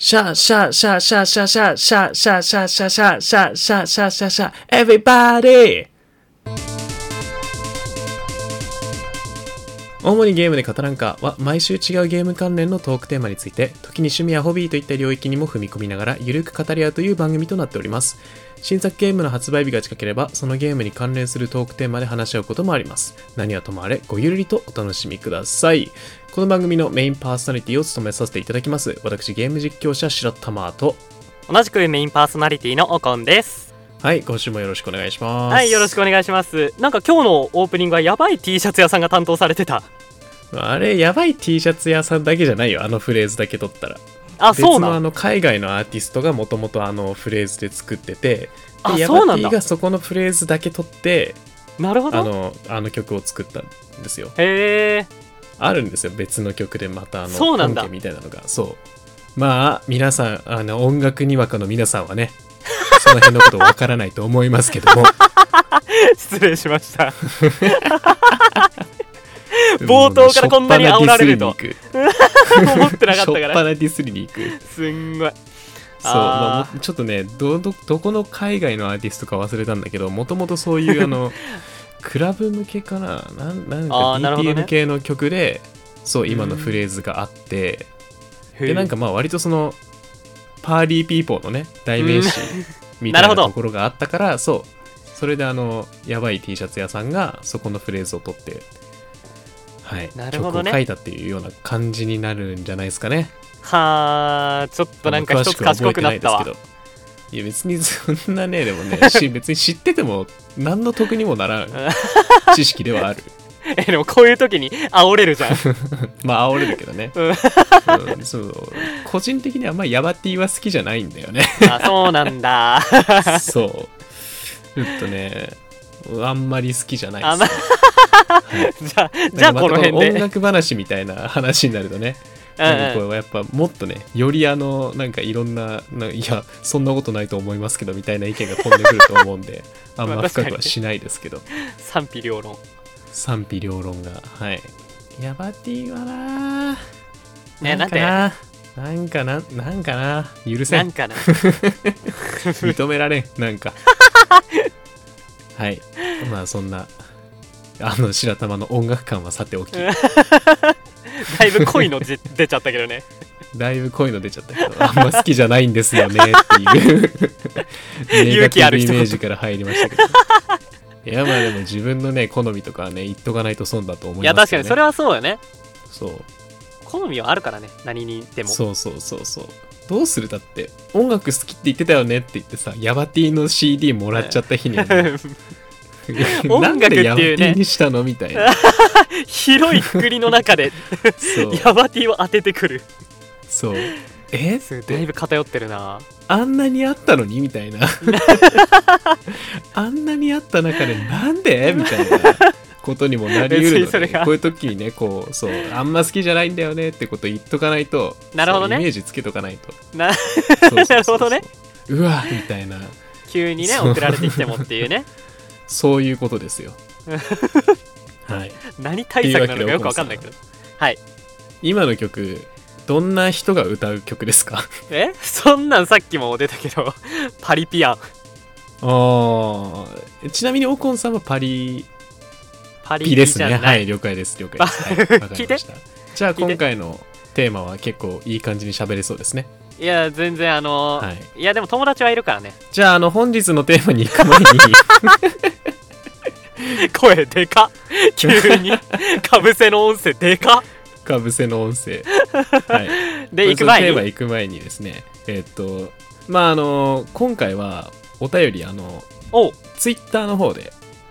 シャシャシャシャシャシャシャシャシャシャシャシャシャシャシャシャ Everybody! 主にゲームで語らんかは毎週違うゲーム関連のトークテーマについて時に趣味やホビーといった領域にも踏み込みながらゆるく語り合うという番組となっております。新作ゲームの発売日が近ければそのゲームに関連するトークテーマで話し合うこともあります。何はともあれごゆるりとお楽しみください。この番組のメインパーソナリティを務めさせていただきます私ゲーム実況者白玉と同じくメインパーソナリティのオコンです。 はい、今週もよろしくお願いします。 はい、よろしくお願いします。なんか今日のオープニングはやばい T シャツ屋さんが担当されてた。 あれやばい T シャツ屋さんだけじゃないよ、あのフレーズだけ取ったら。 あ、そうな別の海外のアーティストがもともとあのフレーズで作ってて、 あ、 ヤバそうなんだ。 ティがそこのフレーズだけ取ってなるほど。 あの曲を作ったんですよ。 へえ。 あるんですよ、別の曲でまたそうなんだ本家みたいなのが。そうまあ皆さん音楽にわかの皆さんはねその辺のことわからないと思いますけども失礼しました冒頭からこんなに煽られると思ってなかったからしょっぱなディスりに行く。 すんごい。 そう、まあ、ちょっとねどこの海外のアーティストか忘れたんだけど、もともとそういうクラブ向けかな、なんか DTM 系の曲で、そう今のフレーズがあって、でなんかまあ割とそのパーリーピーポーのね代名詞みたいなところがあったから、それでやばい T シャツ屋さんがそこのフレーズを取って、はい、 なるほどね、 曲を書いたっていうような感じになるんじゃないですかね。 はあ、ちょっとなんか一つ賢くなったわ。 いや別にそんなね、でもね別に知ってても何の得にもならん知識ではあるでもこういう時に煽れるじゃんまあ煽れるけどね、そう個人的にはあんまりヤバティは好きじゃないんだよねあ、そうなんだそうちょっとねあんまり好きじゃないです、 はい、じゃあこの辺で音楽話みたいな話になるとね、なんかこうやっぱもっとねよりなんかいろんないやそんなことないと思いますけどみたいな意見が飛んでくると思うんであんま深くはしないですけど賛否両論が、はい。ヤバティはななんかな許せん。 なんかな認められん。なんかはい。まあそんな白玉の音楽感はさておきだいぶ濃いの出ちゃったけどねだいぶ濃いの出ちゃったけどあんま好きじゃないんですよねっていうネガティブイメージから入りましたけどいやまあでも自分のね好みとかはね言っとかないと損だと思いますよね。 いや確かにそれはそうよね。 そう好みはあるからね、何にでも。 そうどうする、だって音楽好きって言ってたよねって言ってさヤバティの CD もらっちゃった日には、ね、 音楽っていうね、 なんでヤバティにしたのみたいな広いくくりの中でヤバティを当ててくる。 そうだいぶ偏ってるな。 あんなにあったのにみたいなあんなにあった中でなんでみたいなことにもなりうるので、こういう時にねこうそうあんま好きじゃないんだよねってこと言っとかないと。 なるほどね、 イメージつけとかないとなるほどね。 うわみたいな急にね送られてきてもっていうねそういうことですよはい。 何対策なのかよくわかんないけど、はい、 今の曲どんな人が歌う曲ですか？ そんなんさっきも出たけどパリピアン。 ちなみにオコンさんはパリピですね。はい、了解です。はい、わかりました。じゃあ今回のテーマは結構いい感じに喋れそうですね。 いや全然はい、いやでも友達はいるからね。 じゃあ本日のテーマに行く前に声でか急にかぶせの音声でかかぶせの音声はいで行く前にテーマ行く前にですねまあ今回はお便りツイッターの方で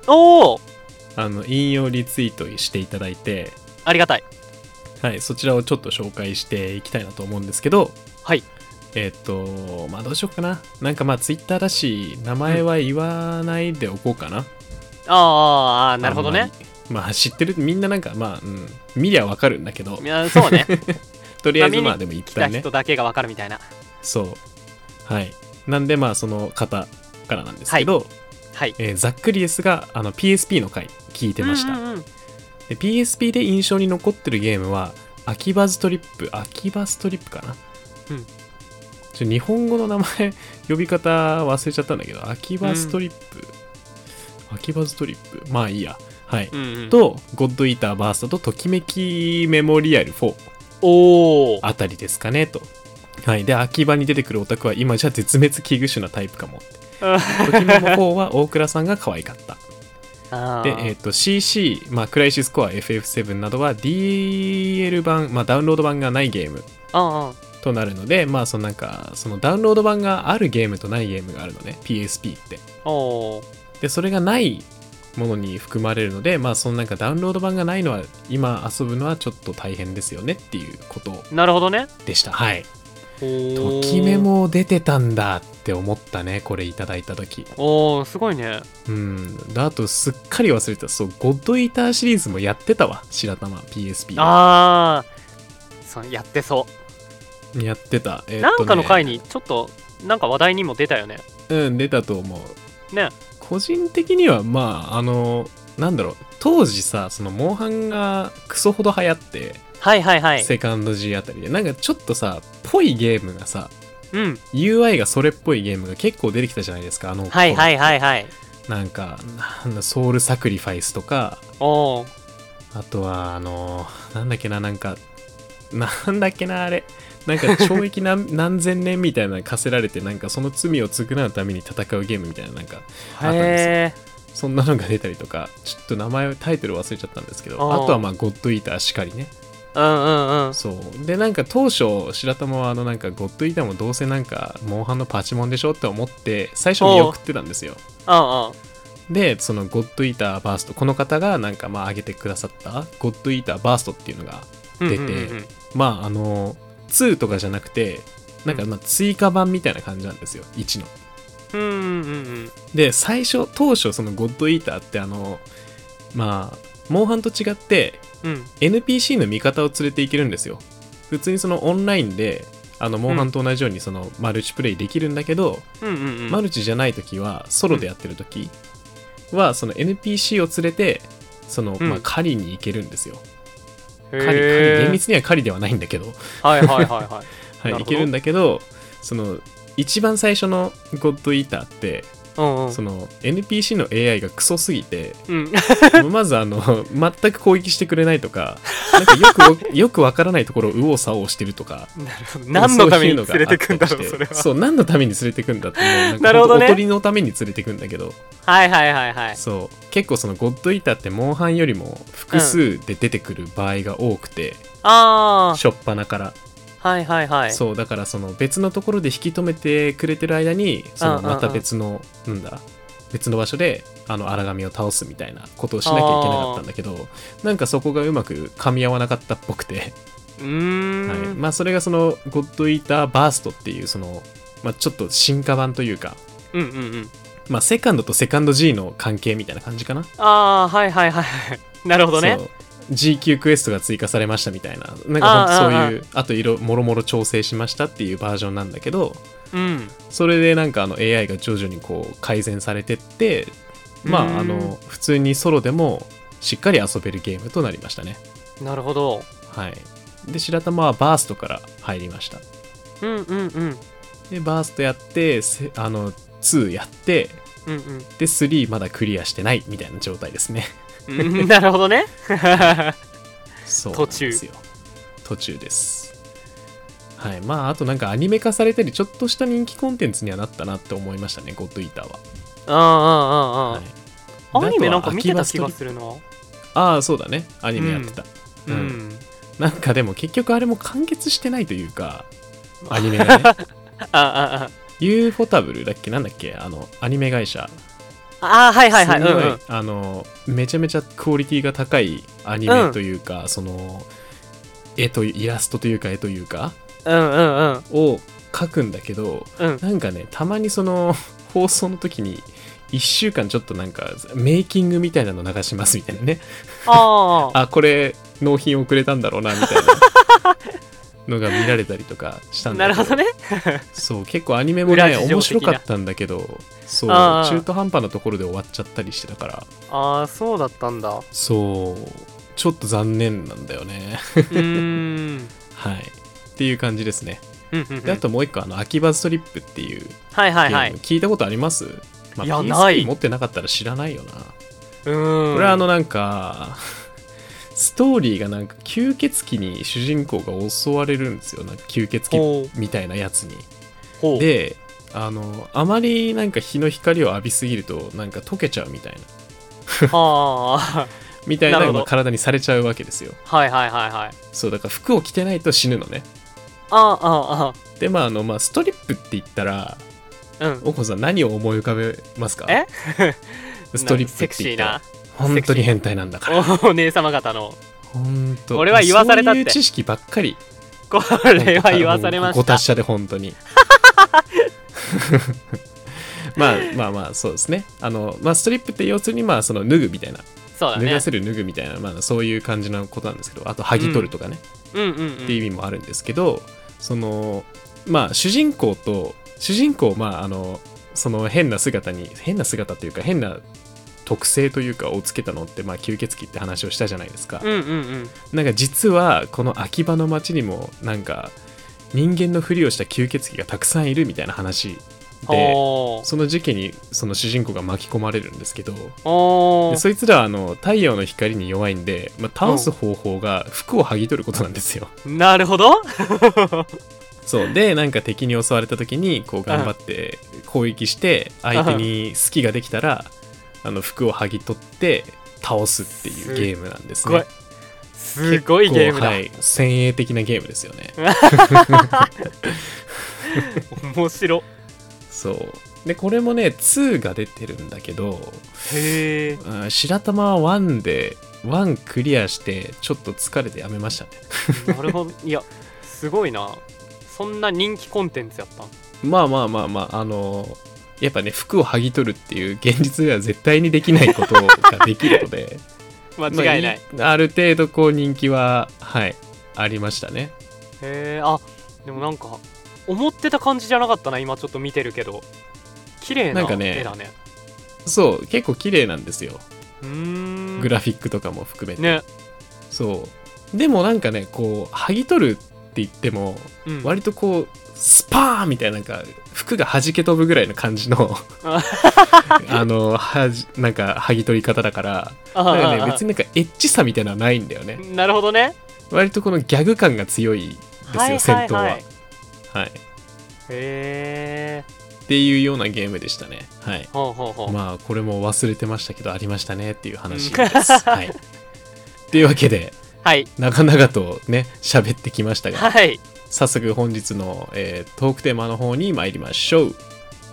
引用リツイートしていただいてありがたい。 はい、そちらをちょっと紹介していきたいなと思うんですけど、 はい、 まあどうしようかな。なんかまあツイッターだし名前は言わないでおこうかな。 なるほどね。 まあ知ってるみんななんかまあ、見りゃわかるんだけど、 いやそうねとりあえずまあでも一旦ね、 来た人だけがわかるみたいな。 そうはいなんでまあその方からなんですけど、 はい、 ざっくりですがPSP の回聞いてました、で PSP で印象に残ってるゲームは秋葉ストリップかな、 日本語の名前呼び方忘れちゃったんだけど、秋葉ストリップ、秋葉ストリップ、まあいいや、はい、とゴッドイーターバーストとときめきメモリアル4あたりですかねと。はい、で秋葉に出てくるオタクは今じゃ絶滅危惧種なタイプかもって。ときメモ4は大倉さんが可愛かった。で、CC、まあ、クライシスコア FF7 などは DL 版、まあ、ダウンロード版がないゲームとなるので、まあ、そのなんかそのダウンロード版があるゲームとないゲームがあるのね、 PSP って。でそれがないものに含まれるので、まあそのなんかダウンロード版がないのは今遊ぶのはちょっと大変ですよねっていうことなるほどねでした。はい。ときメモ出てたんだって思ったね、これいただいた時。 おーすごいね。 あとすっかり忘れた、そうゴッドイーターシリーズもやってたわ、白玉 PSP。 そうやってそう、 やってた、 なんかの回にちょっとなんか話題にも出たよね。 出たと思うね。 個人的にはまあなんだろう、当時さそのモンハンがクソほど流行って、セカンド G あたりでなんかちょっとさぽいゲームがさ、UI がそれっぽいゲームが結構出てきたじゃないですか、なんかソウルサクリファイスとか、あとはなんだっけな、あれなんか懲役何千年みたいなの課せられて、なんかその罪を償うために戦うゲームみたいな、なんかあったんですよ。そんなのが出たりとか、ちょっと名前タイトル忘れちゃったんですけど、あとはまあゴッドイーターしかりね。そうでなんか当初白玉はなんかゴッドイーターもどうせなんかモンハンのパチモンでしょって思って最初見送ってたんですよ。でそのゴッドイーターバースト、この方がなんかまあ上げてくださったゴッドイーターバーストっていうのが出て、まあ2とかじゃなくてなんかまあ追加版みたいな感じなんですよ、1の。で最初当初そのゴッドイーターってまあモンハンと違って、NPC の味方を連れていけるんですよ。普通にそのオンラインでモンハンと同じようにそのマルチプレイできるんだけど、マルチじゃない時はソロでやってる時はその NPC を連れてその、まあ、狩りに行けるんですよ。厳密には狩りではないんだけど行けるんだけど、その一番最初のゴッドイーターってその NPC の AI がクソすぎて、まず全く攻撃してくれないとか、なんかよくわからないところを右往左往してるとか。 何のために連れてくんだろう、それは。 そう、何のために連れてくんだって、もうなるほどね、 おとりのために連れてくんだけど、そう結構そのゴッドイーターってモンハンよりも複数で出てくる場合が多くて、しょっぱなから。そうだからその別のところで引き止めてくれてる間にそのまた別の別の場所で荒神を倒すみたいなことをしなきゃいけなかったんだけど、なんかそこがうまく噛み合わなかったっぽくてまあそれがそのゴッドイーターバーストっていうその、まあ、ちょっと進化版というか、まあセカンドとセカンド G の関係みたいな感じかな。 なるほどね。 G 級クエストが追加されましたみたいな、なんかそういうあともろもろ調整しましたっていうバージョンなんだけど、それでなんかAI が徐々にこう改善されてって、まあ普通にソロでもしっかり遊べるゲームとなりましたね。 なるほど。 で白玉はバーストから入りました。でバーストやって2やって、で3まだクリアしてないみたいな状態ですね。 なるほどね。 そうなんですよ、途中です。まああとなんかアニメ化されたりちょっとした人気コンテンツにはなったなって思いましたね、ゴッドイーターは。 アニメなんか見てた気がするな。 そうだね、アニメやってた。なんかでも結局あれも完結してないというか、アニメがねユーフォタブルだっけ、なんだっけ、アニメ会社。めちゃめちゃクオリティが高いアニメというか、そのイラストというか絵というかを描くんだけど、なんかねたまにその放送の時に1週間ちょっとなんかメイキングみたいなの流しますみたいなね。これ納品遅れたんだろうなみたいなのが見られたりとかしたんだけど。なるほどね。そう結構アニメもね面白かったんだけど、そう中途半端なところで終わっちゃったりしてたから。 そうだったんだ。 そうちょっと残念なんだよね。っていう感じですね。 であともう一個秋葉ストリップっていうゲーム聞いたことあります？ いや、 PSP ない。 持ってなかったら知らないよな。これはなんかストーリーがなんか吸血鬼に主人公が襲われるんですよ。なんか吸血鬼みたいなやつに。であまりなんか日の光を浴びすぎるとなんか溶けちゃうみたいなみたいな体にされちゃうわけですよ。そうだから服を着てないと死ぬのね。でストリップって言ったら、おこさん何を思い浮かべますか？ストリップって言ったら本当に変態なんだから。 お姉様方の本当俺は言わされたって。 そういう知識ばっかり。 これは言わされました。 ご達者で本当にまあそうですね。ストリップって要するにその脱ぐみたいな、脱がせる脱ぐみたいな、そういう感じのことなんですけど、あと剥ぎ取るとかね、っていう意味もあるんですけど、その主人公その変な姿というか変な特性というかをつけたのって吸血鬼って話をしたじゃないですか。なんか実はこの秋葉の町にもなんか人間のふりをした吸血鬼がたくさんいるみたいな話で、その事件にその主人公が巻き込まれるんですけど、でそいつらは太陽の光に弱いんで、倒す方法が服を剥ぎ取ることなんですよ。 なるほどそうでなんか敵に襲われた時にこう頑張って攻撃して相手に隙ができたら服を剥ぎ取って倒すっていうゲームなんですね。 すごいゲームだ。 先鋭的なゲームですよね。 面白。 そうでこれもね2が出てるんだけど、白玉は1で1クリアしてちょっと疲れてやめましたね。 なるほど。いやすごいな。そんな人気コンテンツやった。 やっぱね服を剥ぎ取るっていう現実では絶対にできないことができるので間違いない、 ある程度こう人気はありましたね。 でもなんか思ってた感じじゃなかったな。今ちょっと見てるけど綺麗な絵だね。 そう結構綺麗なんですよ。グラフィックとかも含めてね。そうでもなんかねこう剥ぎ取るって言っても、割とこうスパーンみたいな、なんか服が弾け飛ぶぐらいの感じのなんか剥ぎ取り方だからなんか、ね、別になんかエッチさみたいなのはないんだよね。 なるほどね。 割とこのギャグ感が強いですよ、戦闘は。っていうようなゲームでしたね。これも忘れてましたけどありましたねっていう話です。というわけで、長々とね喋ってきましたが、早速本日の、トークテーマの方に参りましょう。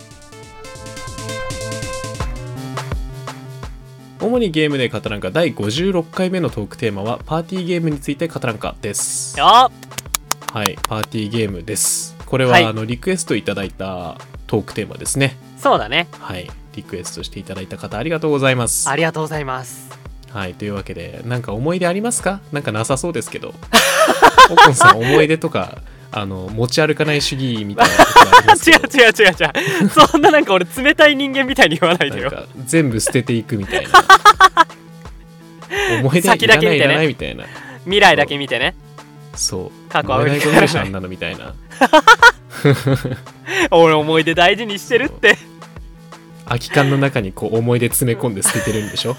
主にゲームで語らんか第56回目のトークテーマはパーティーゲームについて語らんかです。パーティーゲームです。これは、リクエストいただいたトークテーマですね。 そうだね。 リクエストしていただいた方ありがとうございます。 ありがとうございます。 というわけでなんか思い出ありますか？なんかなさそうですけどオコンさん思い出とか持ち歩かない主義みたいなことがありますけど違うそんななんか俺冷たい人間みたいに言わないでよ。 なんか全部捨てていくみたいな思い出いらないいらないみたいな、 未来だけ見てね。 そう過去は売り込めるしあんなのみたいな俺思い出大事にしてるって。 空き缶の中にこう思い出詰め込んで捨ててるんでしょ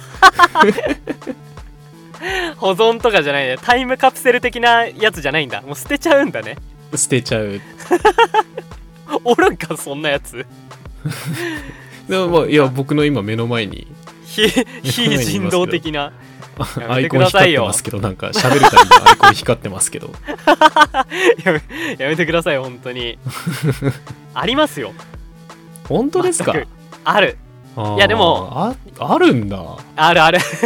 保存とかじゃないね。タイムカプセル的なやつじゃないんだ。もう捨てちゃうんだね。 捨てちゃうおるんかそんなやつでもいや僕の今目の前に非人道的なアイコン光ってますけど、なんか喋るたびにアイコン光ってますけどやめてください本当にありますよ。 本当ですか？ ある。いやでもあるんだ。 ある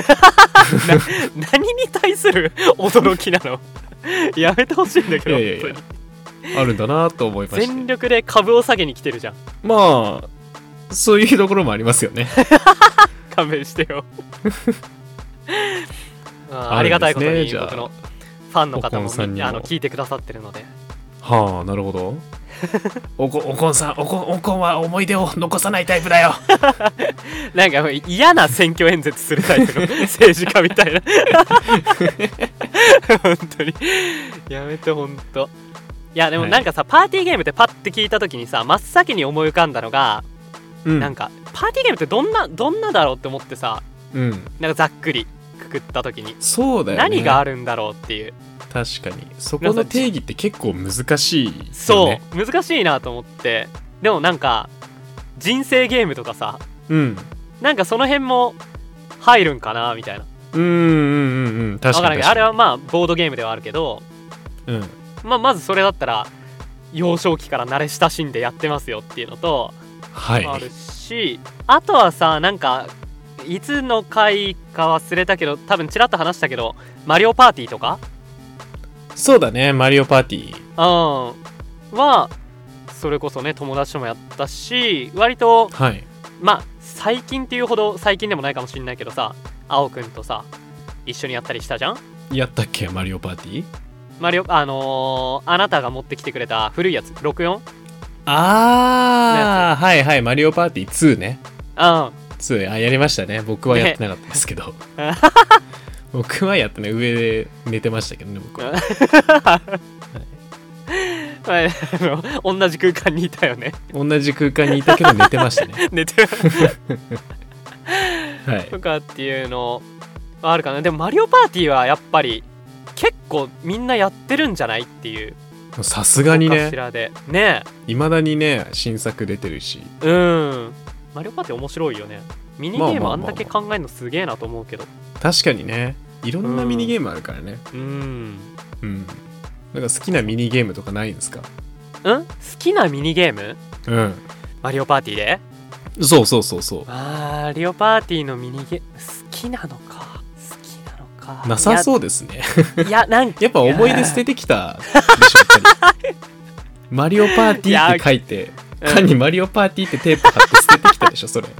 何に対する驚きなのやめてほしいんだけど。 いやあるんだなと思いました。 全力で株を下げに来てるじゃん。 まあそういうところもありますよね勘弁してよありがたいことに僕のファンの方も聞いてくださってるので。 なるほどおこんさん、おこんは思い出を残さないタイプだよなんか嫌な選挙演説するタイプの政治家みたいな本当にやめて。本当いいやでもなんかさ、パーティーゲームってパッて聞いた時にさ、真っ先に思い浮かんだのが、なんかパーティーゲームってどんなだろうって思ってさ、なんかざっくりくくった時に、 そうだよね、 何があるんだろうっていう。 確かにそこの定義って結構難しいよね。 そう難しいなと思って。でもなんか人生ゲームとかさ、なんかその辺も入るんかなみたいな。確かにあれはまあボードゲームではあるけど、まずそれだったら幼少期から慣れ親しんでやってますよっていうのと、あるし、あとはさ、なんかいつの回か忘れたけど、多分ちらっと話したけど、マリオパーティーとか。 そうだね、マリオパーティーはそれこそね、友達ともやったし、割と、まあ最近っていうほど最近でもないかもしれないけどさ、青くんとさ一緒にやったりしたじゃん。 やったっけ、マリオパーティー。 マリオあなたが持ってきてくれた古いやつ 64？ はいはい、マリオパーティー2ね。2やりましたね。僕はやってなかったですけど、僕はやってね、上で寝てましたけどね、僕は。 同じ空間にいたよね。 同じ空間にいたけど寝てましたね。 寝てとかっていうのあるかな。でもマリオパーティーはやっぱり結構みんなやってるんじゃないっていう。 さすがにね、 いまだにね新作出てるし、 マリオパーティー面白いよね。ミニゲームあんだけ考えるのすげえなと思うけど。 確かにね、いろんなミニゲームあるからね。なんか好きなミニゲームとかないんですか？ 好きなミニゲーム？マリオパーティーで？ そうマリオパーティーのミニゲーム好きなのかなさそうですね。 いやなんかやっぱ思い出捨ててきたでしょ、やっぱり。マリオパーティーって書いて缶にマリオパーティーってテープ貼って捨ててきたでしょそれ。 ち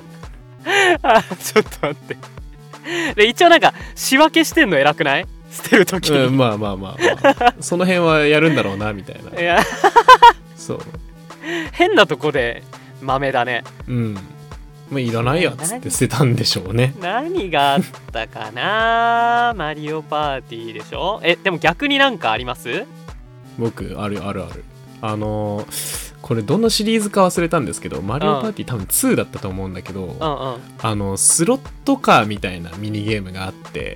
ょっと待って。で一応なんか仕分けしてんの偉くない？捨てるときに、 まあその辺はやるんだろうなみたいな。 いやそう、 変なとこで豆だね。 まあ、いらないやつって捨てたんでしょうね。 何があったかな。マリオパーティーでしょ。でも逆になんかあります？ 僕ある。これどのシリーズか忘れたんですけど、マリオパーティー多分2だったと思うんだけど、スロットカーみたいなミニゲームがあって、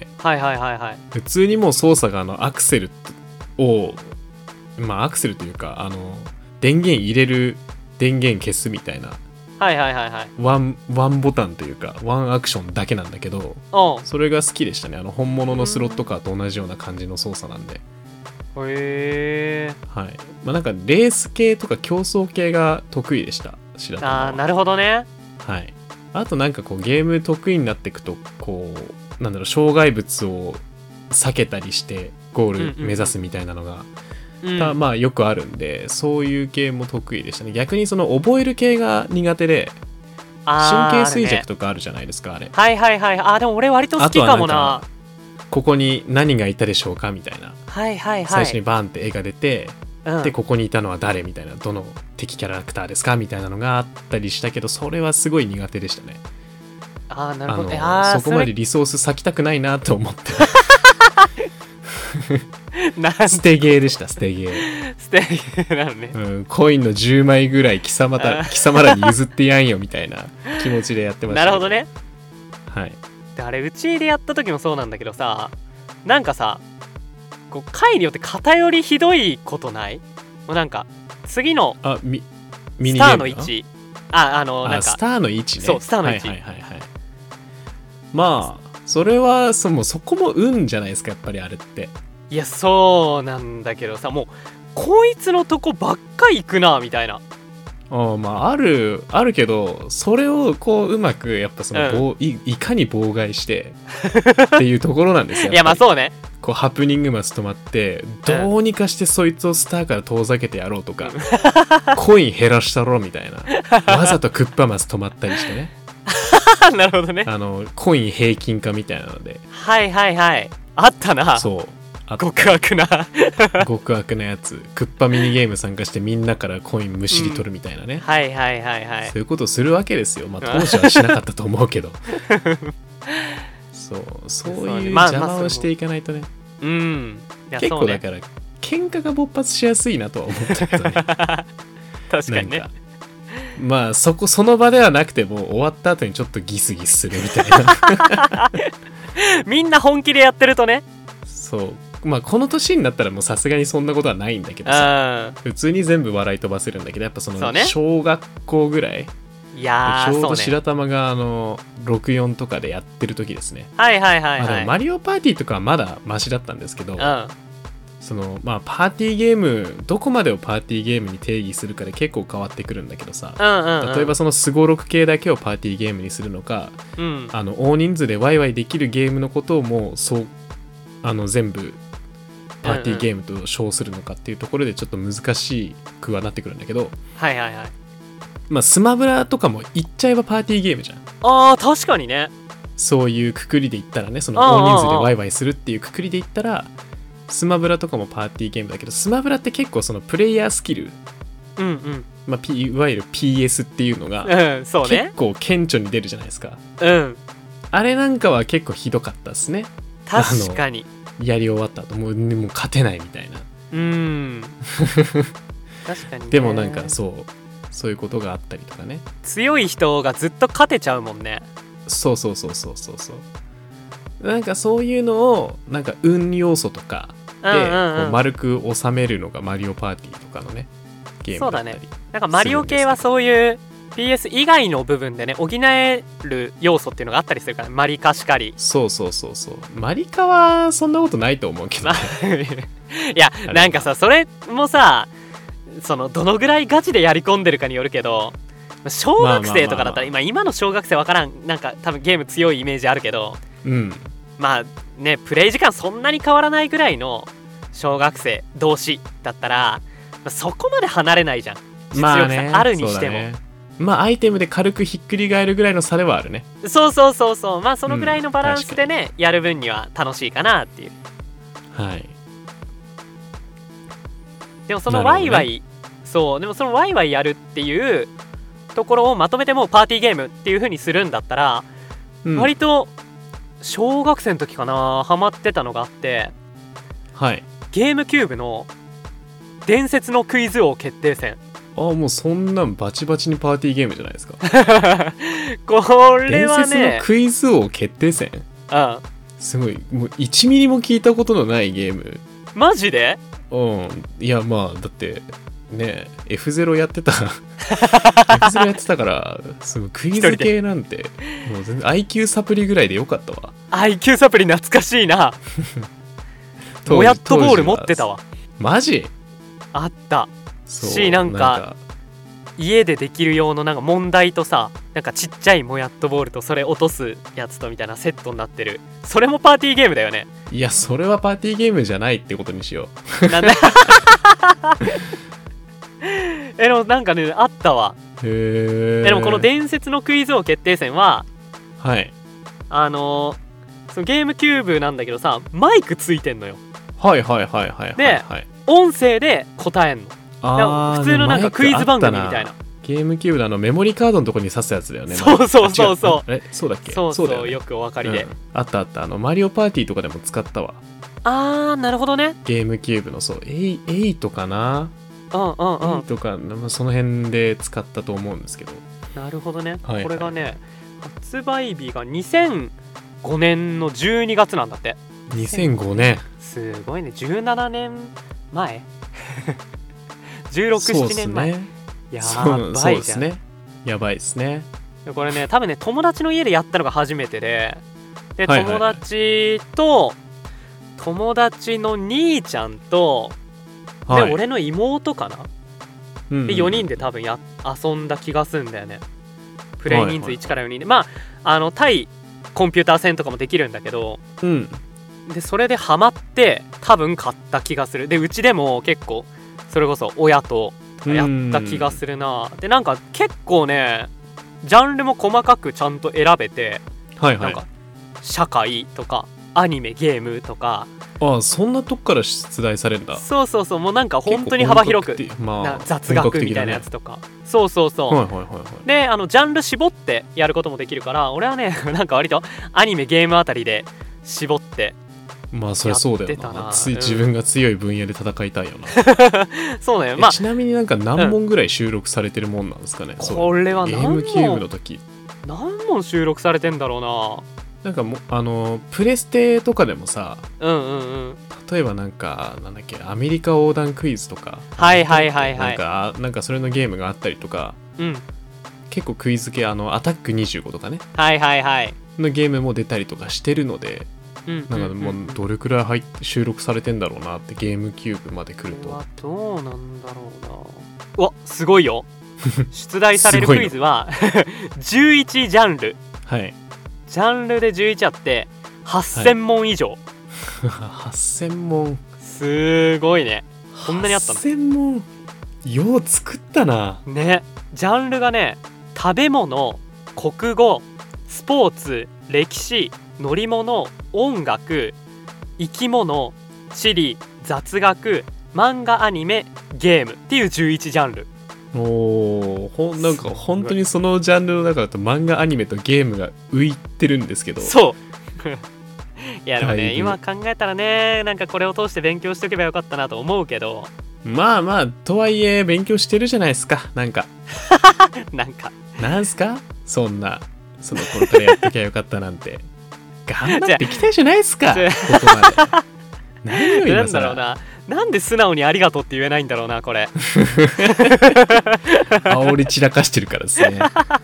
普通にもう操作がアクセルを、まあアクセルというか電源入れる電源消すみたいな、ワンボタンというかワンアクションだけなんだけど、それが好きでしたね。本物のスロットカーと同じような感じの操作なんで。まあなんかレース系とか競争系が得意でした、白玉は。 なるほどね。 あとなんかこうゲーム得意になっていくと、こうなんだろう、障害物を避けたりしてゴール目指すみたいなのが、まあよくあるんで、そういう系も得意でしたね。逆にその覚える系が苦手で、神経衰弱とかあるじゃないですか、あれ。 でも俺割と好きかもな。 ここに何がいたでしょうかみたいな、最初にバーンって絵が出て、でここにいたのは誰みたいな、どの敵キャラクターですかみたいなのがあったりしたけど、それはすごい苦手でしたね。 なるほど。 そこまでリソース割きたくないなと思って捨てゲーでした。捨てゲーなのね、コインの10枚ぐらい貴様らに譲ってやんよみたいな気持ちでやってました、 なるほどね。であれうちでやった時もそうなんだけどさ、なんかさ、こう回によって偏りひどいことない？もうなんか次のミニゲームスターの位置、なんかスターの位置ね。 そう、スターの位置。 まあそれはそこも運じゃないですか、やっぱりあれって。 いやそうなんだけどさ、もうこいつのとこばっか行くなみたいな。 まああるけど、それをこううまくやっぱいかに妨害してっていうところなんですよ。 いやまあそうね。 こうハプニングマス止まってどうにかしてそいつをスターから遠ざけてやろうとか、コイン減らしたろみたいな、わざとクッパマス止まったりしてね。 なるほどね。 コイン平均化みたいなので、 あったな。 そう極悪なやつ、クッパミニゲーム参加してみんなからコインむしり取るみたいなね、そういうことをするわけですよ。まあ当時はしなかったと思うけどそういう邪魔をしていかないとね。結構だから喧嘩が勃発しやすいなとは思ったけどね確かにね。 まあその場ではなくても終わった後にちょっとギスギスするみたいなみんな本気でやってるとね。 そうまあこの年になったらもうさすがにそんなことはないんだけどさ、普通に全部笑い飛ばせるんだけど、やっぱその小学校ぐらい、 いやちょうど白玉が64とかでやってる時ですね。 はいはいはいはい、 まあ、でもマリオパーティーとかはまだマシだったんですけど、そのまあパーティーゲーム、どこまでをパーティーゲームに定義するかで結構変わってくるんだけどさ、例えばそのすごろく系だけをパーティーゲームにするのか、大人数でワイワイできるゲームのことをもうそう全部パーティーゲームと称するのかっていうところでちょっと難しくはなってくるんだけど、 はいはいはい、 まあスマブラとかも言っちゃえばパーティーゲームじゃん。 確かにね。 そういうくくりで言ったらね、その大人数でワイワイするっていうくくりで言ったらスマブラとかもパーティーゲームだけど、スマブラって結構そのプレイヤースキル、まあ、いわゆる PS っていうのが結構顕著に出るじゃないですか。あれなんかは結構ひどかったですね。 確かにやり終わった後もう勝てないみたいな。 確かに、ね、 でもなんかそういうことがあったりとかね。 強い人がずっと勝てちゃうもんね。 そうなんかそういうのをなんか運要素とかで丸く収めるのがマリオパーティーとかのねゲームだったり。 そうだね。なんかマリオ系はそういう PS 以外の部分でね補える要素っていうのがあったりするから、ね、マリカしかり。 そうマリカはそんなことないと思うけど、ね、 いやなんかさ、それもさ、そのどのぐらいガチでやり込んでるかによるけど、小学生とかだったら今の小学生わからん、なんか多分ゲーム強いイメージあるけど、まあねプレイ時間そんなに変わらないぐらいの小学生同士だったら、そこまで離れないじゃん、実力差あるにしても。 まあアイテムで軽くひっくり返るぐらいの差ではあるね。 そうまあそのぐらいのバランスでね、やる分には楽しいかなっていう。でもそのワイワイ、でもそのワイワイやるっていうところをまとめてもうパーティーゲームっていう風にするんだったら、割と小学生の時かなハマってたのがあって、ゲームキューブの伝説のクイズ王決定戦。 もうそんなんバチバチにパーティーゲームじゃないですかこれはね、伝説のクイズ王決定戦、すごい、もう1ミリも聞いたことのないゲーム。 マジで？ いやまあだってね F0 やってたF0 やってたから、すごいクイズ系なんてもう全然 IQ サプリぐらいでよかったわ。 IQ サプリ懐かしいなモヤットボール持ってたわ。 マジ？ あったし、なんか家でできる用のなんか問題とさ、なんかちっちゃいモヤットボールとそれ落とすやつとみたいなセットになってる。それもパーティーゲームだよね。 いやそれはパーティーゲームじゃないってことにしよう。 なんででもなんかねあったわ。でもこの伝説のクイズ王決定戦はそのゲームキューブなんだけどさ、マイクついてんのよ。で音声で答えんの。普通のなんかクイズ番組みたいな。 ゲームキューブのメモリカードのとこに挿すやつだよね。 そうそうそうだっけ。 そうだよね、よくお分かりで。 あったマリオパーティーとかでも使ったわ。 なるほどね。 ゲームキューブの8かな。8か、その辺で使ったと思うんですけど。 なるほどね。これがね発売日が2005年の12月なんだって。 2005年、 すごいね。17年前16、17年前。やばいじゃん。 やばいですね。 これね多分ね友達の家でやったのが初めてで、友達と友達の兄ちゃんと、で俺の妹かな、で4人で多分遊んだ気がするんだよね。プレイ人数1から4人で、まあ対コンピューター戦とかもできるんだけど、でそれでハマって多分買った気がする。でうちでも結構それこそ親とやった気がするな。でなんか結構ねジャンルも細かくちゃんと選べて、なんか社会とかアニメゲームとか、 そんなとこから出題されるんだ。 そうもうなんか本当に幅広く、雑学みたいなやつとか、そうでジャンル絞ってやることもできるから、俺はねなんか割とアニメゲームあたりで絞ってまあそれそうだよな、自分が強い分野で戦いたいよなそうだよ、まあ、 ちなみになんか何問ぐらい収録されてるもんなんですかね、 これはゲームキューブの時何問収録されてんだろうな。 なんかプレステとかでもさ、例えばなんだっけ、アメリカ横断クイズとか、 はいなんかそれのゲームがあったりとか、結構クイズ系、アタック25とかね、のゲームも出たりとかしてるので、なんかもうどれくらい収録されてんだろうなって、ゲームキューブまで来ると。 どうなんだろうな。うわ、すごいよ出題されるクイズは11ジャンル、ジャンルで11あって8000問以上、 8000問すごいね。こんなにあったの。 8000問よう作ったな。 ね、ジャンルがね、食べ物、国語、スポーツ、歴史、乗り物、音楽、生き物、地理、雑学、漫画、アニメ、ゲームっていう11ジャンル。 なんか本当にそのジャンルの中だと漫画、アニメとゲームが浮いてるんですけど。 そういやでもね、今考えたらね、なんかこれを通して勉強しておけばよかったなと思うけど、 まあとはいえ勉強してるじゃないですか。なんすか、そんなその頃からやっときゃよかったなんて頑張っていきたいじゃないですかここまで。何よ今更。なんだろうな、 なんで素直にありがとうって言えないんだろうなこれ煽り散らかしてるからですね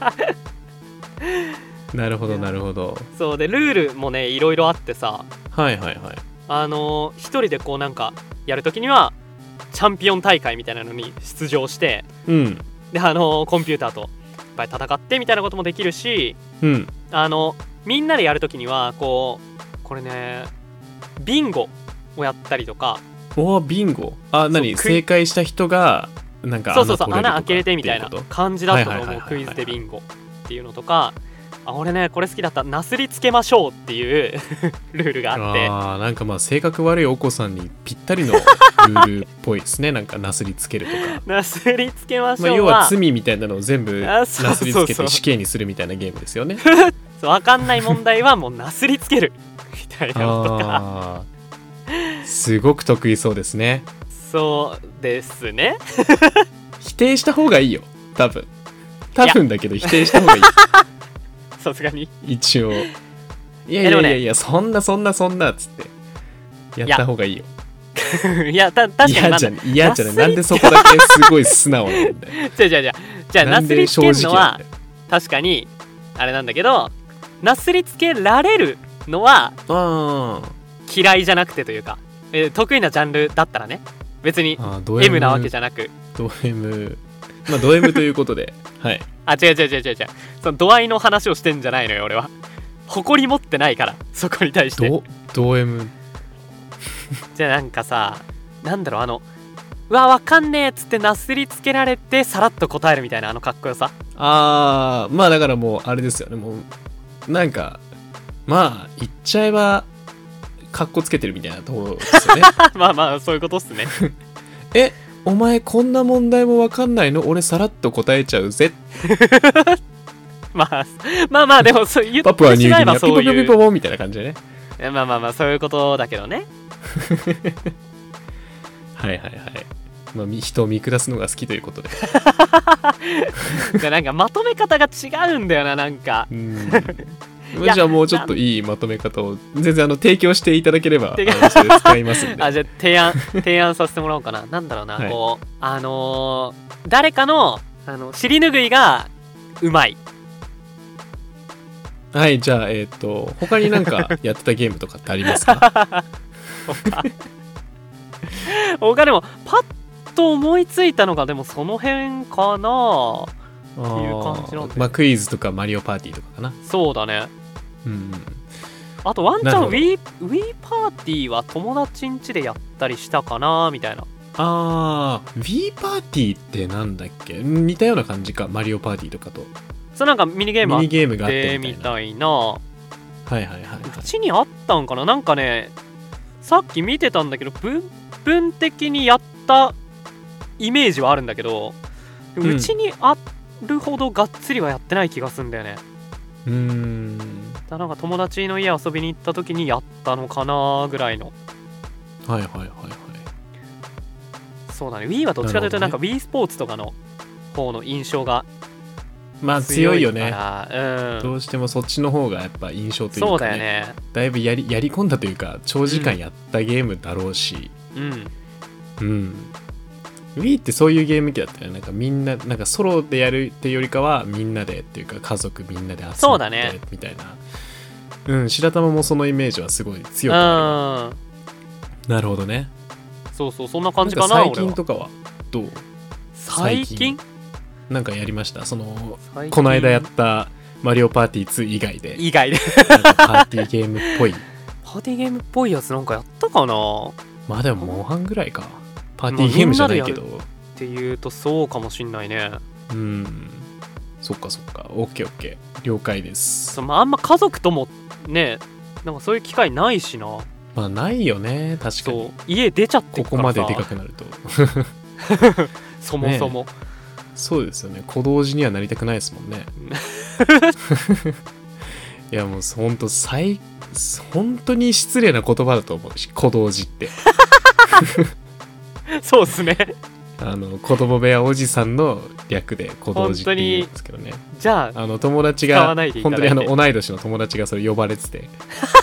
なるほどなるほど。 そうで、ルールもねいろいろあってさ、一人でこうなんかやるときにはチャンピオン大会みたいなのに出場して、でコンピューターといっぱい戦ってみたいなこともできるし、みんなでやるときにはこれね、ビンゴをやったりとか。 ビンゴ、正解した人がなんか穴開けれてみたいな感じだったと思う。クイズでビンゴっていうのとか、俺ねこれ好きだった、なすりつけましょうっていうルールがあって、 なんかまあ性格悪いお子さんにぴったりのルールっぽいですねなんかなすりつけるとかなすりつけましょうは、 要は罪みたいなのを全部なすりつけて死刑にするみたいなゲームですよね分かんない問題はもうなすりつけるみたいなのとかすごく得意そうですね。 そうですね否定した方がいいよ多分だけど否定した方がいいさすがに一応いやそんなっつってやった方がいいよいや確かに嫌じゃないなんでそこだけすごい素直なんだよじゃあなすりつけるのは確かにあれなんだけど、なすりつけられるのは嫌いじゃなくてというか、得意なジャンルだったらね、別に M なわけじゃなく、 ド M ド M ということではい。 違うその度合いの話をしてんじゃないのよ俺は。誇り持ってないからそこに対して。 ド M じゃあなんかさ、なんだろう、うわ分かんねえっつってなすりつけられてさらっと答えるみたいなかっこよさ。 まあだからもうあれですよね、もうなんかまあ言っちゃえばかっこつけてるみたいなところですよねまあそういうことっすねお前こんな問題も分かんないの、俺さらっと答えちゃうぜまあでもそう言ってしまえばそういうピポピポピポみたいな感じでね。 まあそういうことだけどねはいまあ、人を見下すのが好きということでなんかまとめ方が違うんだよな、なんかじゃあもうちょっといいまとめ方を全然提供していただければそれ使いますんでじゃあ提案させてもらおうかな。なんだろうな、こう誰かの尻拭いがうまい。 はい、じゃあ他になんかやってたゲームとかってありますか他でもパッと思いついたのがでもその辺かなっていう感じなんで、 クイズとかマリオパーティーとかかな。 そうだね。あとワンチャン Wii パーティーは友達ん家でやったりしたかなみたいな。 Wii パーティーってなんだっけ、似たような感じか、マリオパーティーとかと。 そう、なんかミニゲームがあってみたいな。 うちにあったんかな。なんかね、さっき見てたんだけど部分的にやったイメージはあるんだけど、うちにあるほどがっつりはやってない気がするんだよね。 なんか友達の家遊びに行った時にやったのかなぐらいの。 はいはいはいはい。 そうだね。Wii はどっちかというとなんか Wii スポーツとかの方の印象がまあ強いよね、 うん、 どうしてもそっちの方がやっぱ印象というか、ね、 そうだよね。 だいぶやり込んだというか長時間やったゲームだろうし、うん、Wii ってそういうゲーム機だったよね。なんかみんななんかソロでやるっていうよりかはみんなでっていうか家族みんなで集まってそうだねみたいな。うん、白玉もそのイメージはすごい強くある。なるほどね。 そうそう、そんな感じかな。 最近とかはどう？ 最近なんかやりました？そのこの間やったマリオパーティー2以外でなんかパーティーゲームっぽいパーティーゲームっぽいやつなんかやったかな。 まあでもモンハンぐらいか。パーティーゲームじゃないけど、 っていうとそうかもしんないね。 うん、そっかそっか。オッケーオッケー、了解です。 まあ、あんま家族ともね、なんかそういう機会ないしな。 まあないよね、確かに。 そう家出ちゃってここまででかくなるとそもそも、 ね、そうですよね。小同時にはなりたくないですもんねいやもうほんと本当に失礼な言葉だと思うし、小同時ってそうですね。 子供部屋おじさんの略で小同時って言うんですけどね。 じゃあ友達が本当に同い年の友達がそれ呼ばれてて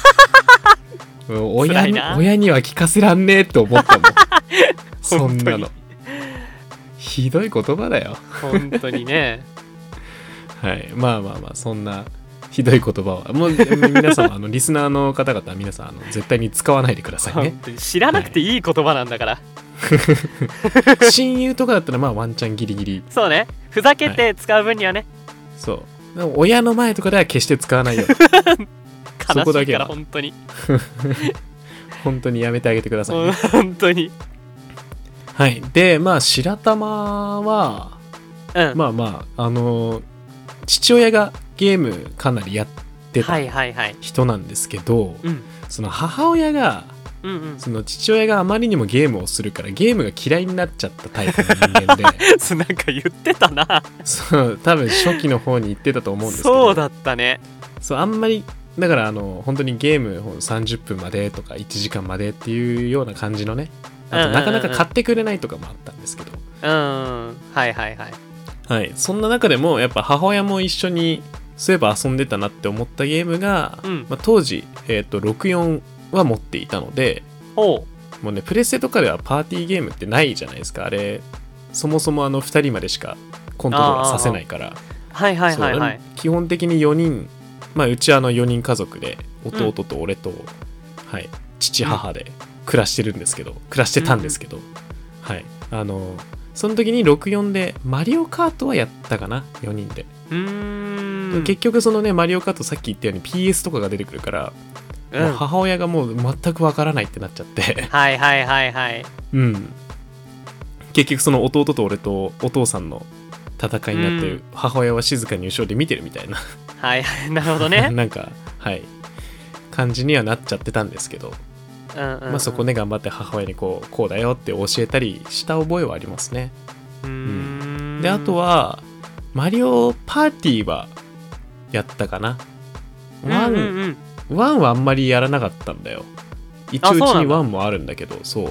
親には聞かせらんねえって思ったもんそんなのひどい言葉だよ本当にねはい、まあまあまあ、そんなひどい言葉はもう皆さんリスナーの方々は皆さん絶対に使わないでくださいね。 知らなくていい言葉なんだから、 はい、親友とかだったらまあワンチャンギリギリ。 そうね、ふざけて使う分にはね、はい、 そう親の前とかでは決して使わないよ悲しいから本当に本当にやめてあげてください、ね、 本当に。 はいでまあ白玉は、 うん、 まあまあ父親がゲームかなりやってた人なんですけど、その母親が、その父親があまりにもゲームをするからゲームが嫌いになっちゃったタイプの人間でなんか言ってたな。 そう多分初期の方に言ってたと思うんですけど、 そうだったね。 そうあんまりだから本当にゲーム30分までとか1時間までっていうような感じのね、あとなかなか買ってくれないとかもあったんですけど、 はいはいはいはい、そんな中でもやっぱ母親も一緒にそういえば遊んでたなって思ったゲームが、まあ、当時、64は持っていたので、もうねプレステとかではパーティーゲームってないじゃないですか。あれそもそも2人までしかコントローラーさせないから、 はいはいはいはい、 基本的に4人、まあ、うち4人家族で弟と俺と、はい、父母で暮らしてるんですけど、暮らしてたんですけど、はい、その時に64でマリオカートはやったかな、4人で。結局そのねマリオカートさっき言ったように PS とかが出てくるから、もう母親がもう全くわからないってなっちゃってはいはいはいはい、 結局その弟と俺とお父さんの戦いになって、母親は静かに後ろで見てるみたいなはいはい、なるほどねなんかはい感じにはなっちゃってたんですけど、まあそこね頑張って母親にこうだよって教えたりした覚えはありますね。であとはマリオパーティーはやったかな。1はあんまりやらなかったんだよ。一応うちに1もあるんだけど、そう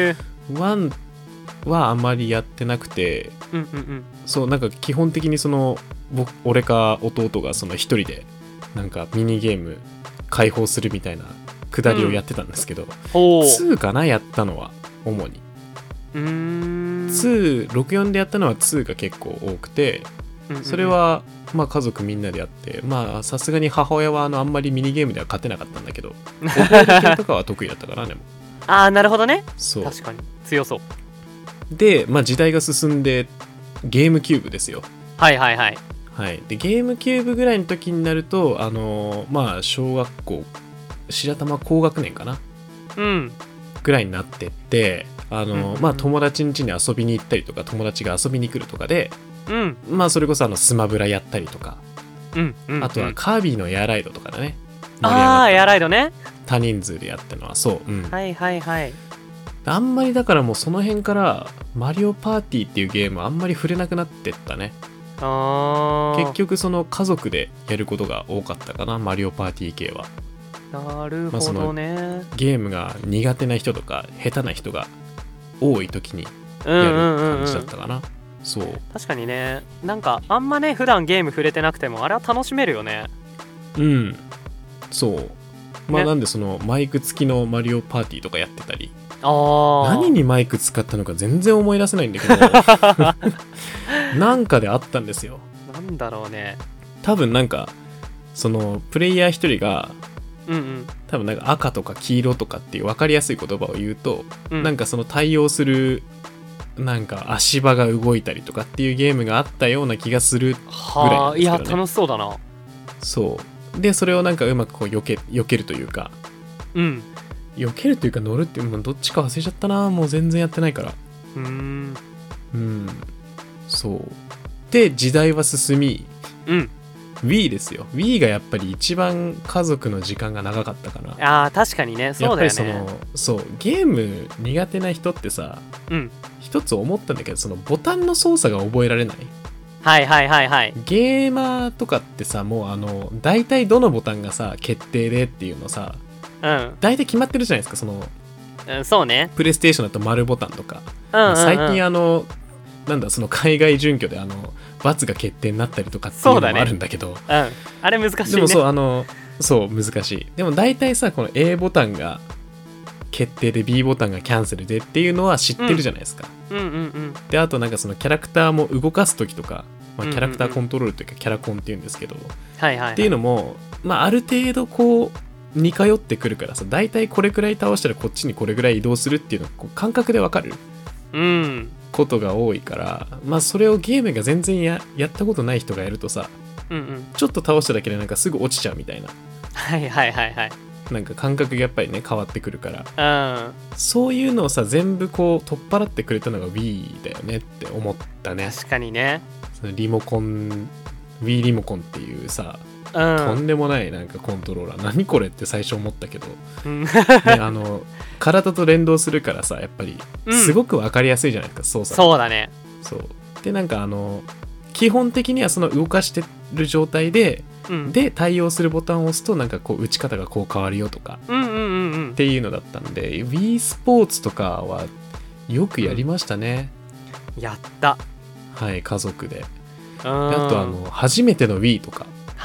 1はあんまりやってなくて、そうなんか基本的にその俺か弟がその一人でなんかミニゲーム開放するみたいなくだりをやってたんですけど、2かなやったのは主に。64でやったのは2が結構多くて、それはまあ家族みんなでやって、まあさすがに母親はあんまりミニゲームでは勝てなかったんだけど弟とかは得意だったかな。でもああなるほどね、 そう確かに強そうで、まあ時代が進んでゲームキューブですよ。 はいはいはいはい。でゲームキューブぐらいの時になるとまあ小学校白玉高学年かな、ぐらいになってって、まあ友達ん家に遊びに行ったりとか友達が遊びに来るとかで、まあそれこそスマブラやったりとか、あとはカービィのエアライドとかだね。 ああエアライドね、 多人数でやってるのはそう、 はいはいはい。 あんまりだからもうその辺からマリオパーティーっていうゲームあんまり触れなくなってったね。 結局その家族でやることが多かったかな、マリオパーティー系は。 なるほどね、 ゲームが苦手な人とか下手な人が多い時にやる感じだったかな。そう確かにね、なんかあんまね普段ゲーム触れてなくてもあれは楽しめるよね。 そうまあ、なんでそのマイク付きのマリオパーティーとかやってたり、 何にマイク使ったのか全然思い出せないんだけどなんかであったんですよ。 なんだろうね、 多分なんかそのプレイヤー一人が多分なんか赤とか黄色とかっていう分かりやすい言葉を言うと、なんかその対応するなんか足場が動いたりとかっていうゲームがあったような気がするぐらいなんですけどね。 いや楽しそうだな。 そうでそれをなんかうまくこう避けるというか、避けるというか乗るっていうのどっちか忘れちゃったな、もう全然やってないから。そうで時代は進み、Wii ですよ。 Wii がやっぱり一番家族の時間が長かったかな。 確かにね、そうだよね。 やっぱりそうゲーム苦手な人ってさ、一つ思ったんだけど、そのボタンの操作が覚えられない。ゲーマーとかってさ、もう大体どのボタンがさ決定でっていうのさ、大体決まってるじゃないですか。その、 そうね、 プレイステーションだと丸ボタンとか、最近なんだその海外準拠で×が決定になったりとかっていうのもあるんだけど、 あれ難しいね。 でもそう難しい。でも大体さこの A ボタンが決定で B ボタンがキャンセルでっていうのは知ってるじゃないですか。であとなんかそのキャラクターも動かす時とか、キャラクターコントロールというかキャラコンっていうんですけど、っていうのも、ある程度こう似通ってくるからさ、大体これくらい倒したらこっちにこれぐらい移動するっていうのがこう感覚でわかることが多いから、それをゲームが全然 やったことない人がやるとさ、ちょっと倒しただけでなんかすぐ落ちちゃうみたいな、なんか感覚がやっぱりね変わってくるから、そういうのをさ全部こう取っ払ってくれたのが Wii だよねって思ったね。 確かにね。 そのリモコン Wii リモコンっていうさ、とんでもないなんかコントローラー、何これって最初思ったけど、体と連動するからさ、やっぱりすごく分かりやすいじゃないですか、操作。 そうだね。 そうでなんか基本的にはその動かしてる状態で、で対応するボタンを押すとなんかこう打ち方がこう変わるよとかっていうのだったんで、 Wii スポーツとかはよくやりましたね。 やった。 はい、家族で。あと初めての Wii とか、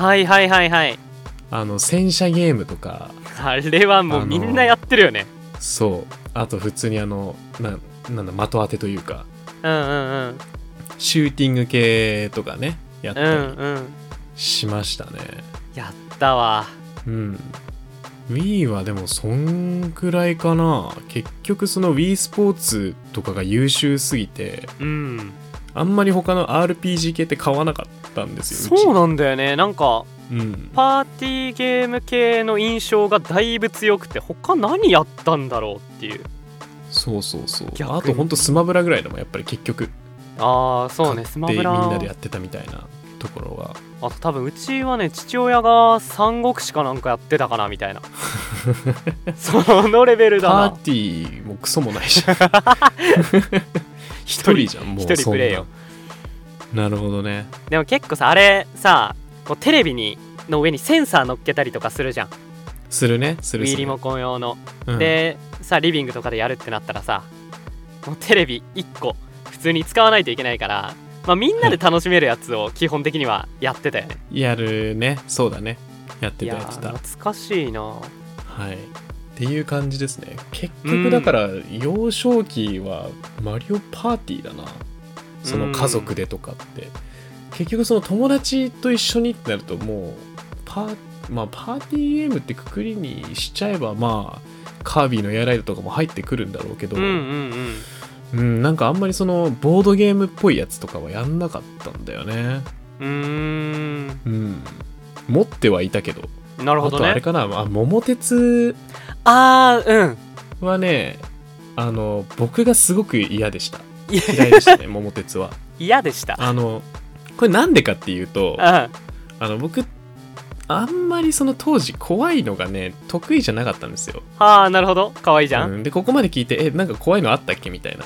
戦車ゲームとか、 あれはもうみんなやってるよね。 そうあと普通になんだ的当てというか、シューティング系とかねやったりしましたね。 やったわ。 Wii はでもそんくらいかな。結局その Wii スポーツとかが優秀すぎて、あんまり他の RPG 系って買わなかったんですよ。 そうなんだよね。なんか、パーティーゲーム系の印象がだいぶ強くて、他何やったんだろうっていう。 そうあとほんとスマブラぐらいでもやっぱり結局そうね、スマブラみんなでやってたみたいなところは。 あと多分うちはね、父親が三国志かなんかやってたかなみたいなそのレベルだな。 パーティーもクソもないじゃん一人じゃん、もう一人プレイよ。 なるほどね。 でも結構さ、あれさ、こうテレビの上にセンサー乗っけたりとかするじゃん。 する Wii リモコン用の、でさ、リビングとかでやるってなったらさ、もうテレビ1個普通に使わないといけないから、みんなで楽しめるやつを基本的にはやってたよね。 やるね。そうだね、やってた。 懐かしいな。 っていう感じですね。結局だから幼少期はマリオパーティーだな。その家族でとかって、結局その友達と一緒にってなるともうパーティーゲームってくくりにしちゃえば、カービィのエアライドとかも入ってくるんだろうけど、なんかあんまりそのボードゲームっぽいやつとかはやんなかったんだよね。持ってはいたけど。 なるほどね。 あとあれかな、桃鉄はね、僕がすごく嫌でした。嫌いでしたね桃鉄は。 嫌でした。 これなんでかっていうと、僕あんまりその当時怖いのがね得意じゃなかったんですよ。 なるほど、可愛いじゃん。 でここまで聞いてなんか怖いのあったっけみたいな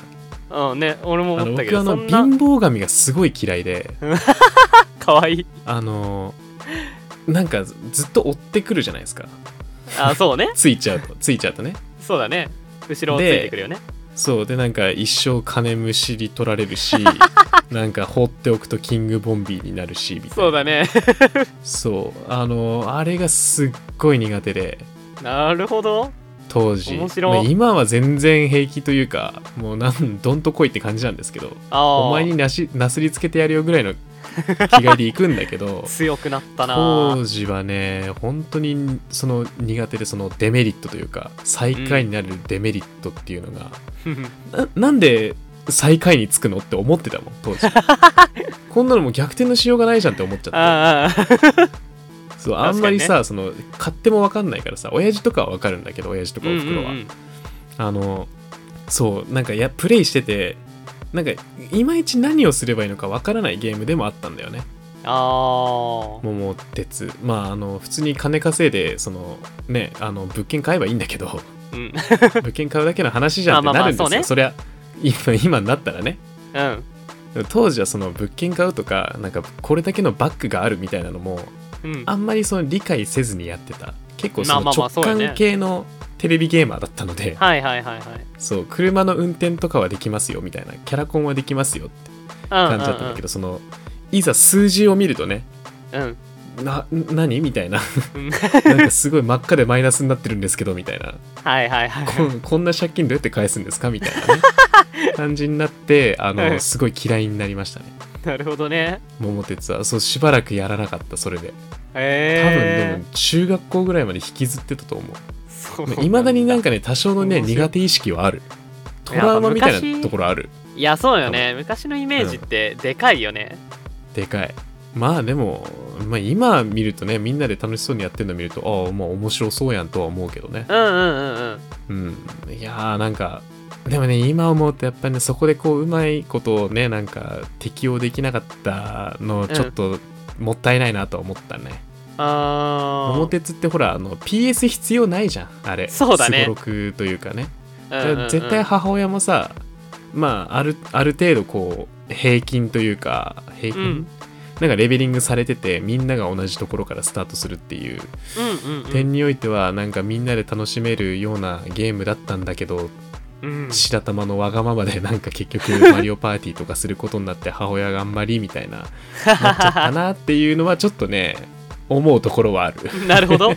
うんね、俺も思ったけど、 僕貧乏神がすごい嫌いでかわいい。 なんかずっと追ってくるじゃないですか。 あ、そうねついちゃうとね。 そうだね、後ろをついてくるよね。 そうで、なんか一生金むしり取られるしなんか放っておくとキングボンビーになるしみたいな。 そうだねそうあれがすっごい苦手で。 なるほど、 当時。 面白い。 今は全然平気というか、もうどんと来いって感じなんですけど、お前になすりつけてやるよぐらいの気概で行くんだけど強くなったな。 当時はね、本当にその苦手で、そのデメリットというか最下位になるデメリットっていうのが、なんで最下位につくのって思ってたもん当時こんなのもう逆転のしようがないじゃんって思っちゃってそう、あんまりさ、ね、その勝手も分かんないからさ、親父とかは分かるんだけど、親父とかおふくろは、そうなんかプレイしてて、なんかいまいち何をすればいいのか分からないゲームでもあったんだよね。桃鉄、まあ普通に金稼いでそのね、物件買えばいいんだけど、物件買うだけの話じゃんってなるんですよ。そりゃ今になったらね。当時はその物件買うとか、なんかこれだけのバッグがあるみたいなのも、あんまりその理解せずにやってた。結構その直感系のテレビゲーマーだったので、そう車の運転とかはできますよみたいな、キャラコンはできますよって感じだったんだけど、そのいざ数字を見るとね、何みたいななんかすごい真っ赤でマイナスになってるんですけどみたいな、こんな借金どうやって返すんですかみたいなね感じになって、すごい嫌いになりましたね。 なるほどね。 桃鉄はそうしばらくやらなかった。それで多分でも中学校ぐらいまで引きずってたと思う。いまだになんかね、多少のね苦手意識はある。トラウマみたいなところある。 いやそうよね、昔のイメージってでかいよね、 でかい。まあでも、今見るとね、みんなで楽しそうにやってるの見ると、まあ面白そうやんとは思うけどね。いやーなんかでもね、今思うとやっぱりね、そこでこううまいことをね、なんか適用できなかったのちょっともったいないなとは思ったね。桃鉄ってほらPS 必要ないじゃん、あれ。 そうだね、 すごろくというかね、絶対母親もさ、まあある程度こう平均というかなんかレベリングされてて、みんなが同じところからスタートするっていう点においては、なんかみんなで楽しめるようなゲームだったんだけど、白玉のわがままでなんか結局マリオパーティーとかすることになって、母親があんまりみたいななっちゃったなっていうのはちょっとね思うところはある。 なるほど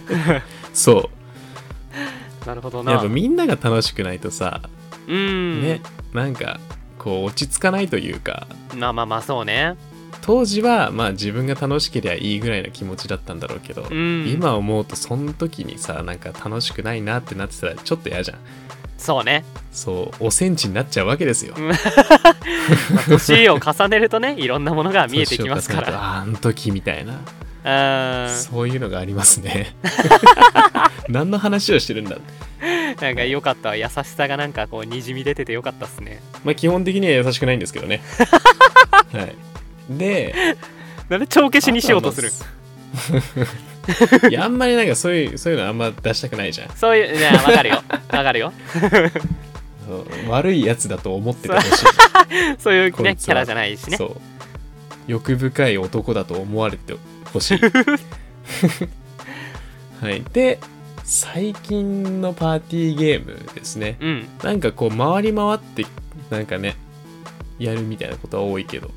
そうなるほどな。 やっぱみんなが楽しくないとさ、ね、なんかこう落ち着かないというか。 まあそうね。 当時はまあ自分が楽しければいいぐらいの気持ちだったんだろうけど、今思うとその時にさ、なんか楽しくないなってなってたらちょっと嫌じゃん。 そうね。 そうおセンチになっちゃうわけですよ。 年を重ねるとね、いろんなものが見えてきますから。 あの時みたいな、そういうのがありますね。何の話をしてるんだ。 なんか良かったわ、優しさがなんかこうにじみ出てて良かったっすね。 まあ基本的には優しくないんですけどね。はい。で、 なんで帳消しにしようとする。 いや、あんまりなんかそういうのあんま出したくないじゃん。 そういうね、わかるよわかるよ。 悪いやつだと思っててほしい。 そういうねキャラじゃないしね。 そう欲深い男だと思われてほしい。はい。で最近のパーティーゲームですね、なんかこう回り回ってなんかねやるみたいなことは多いけど、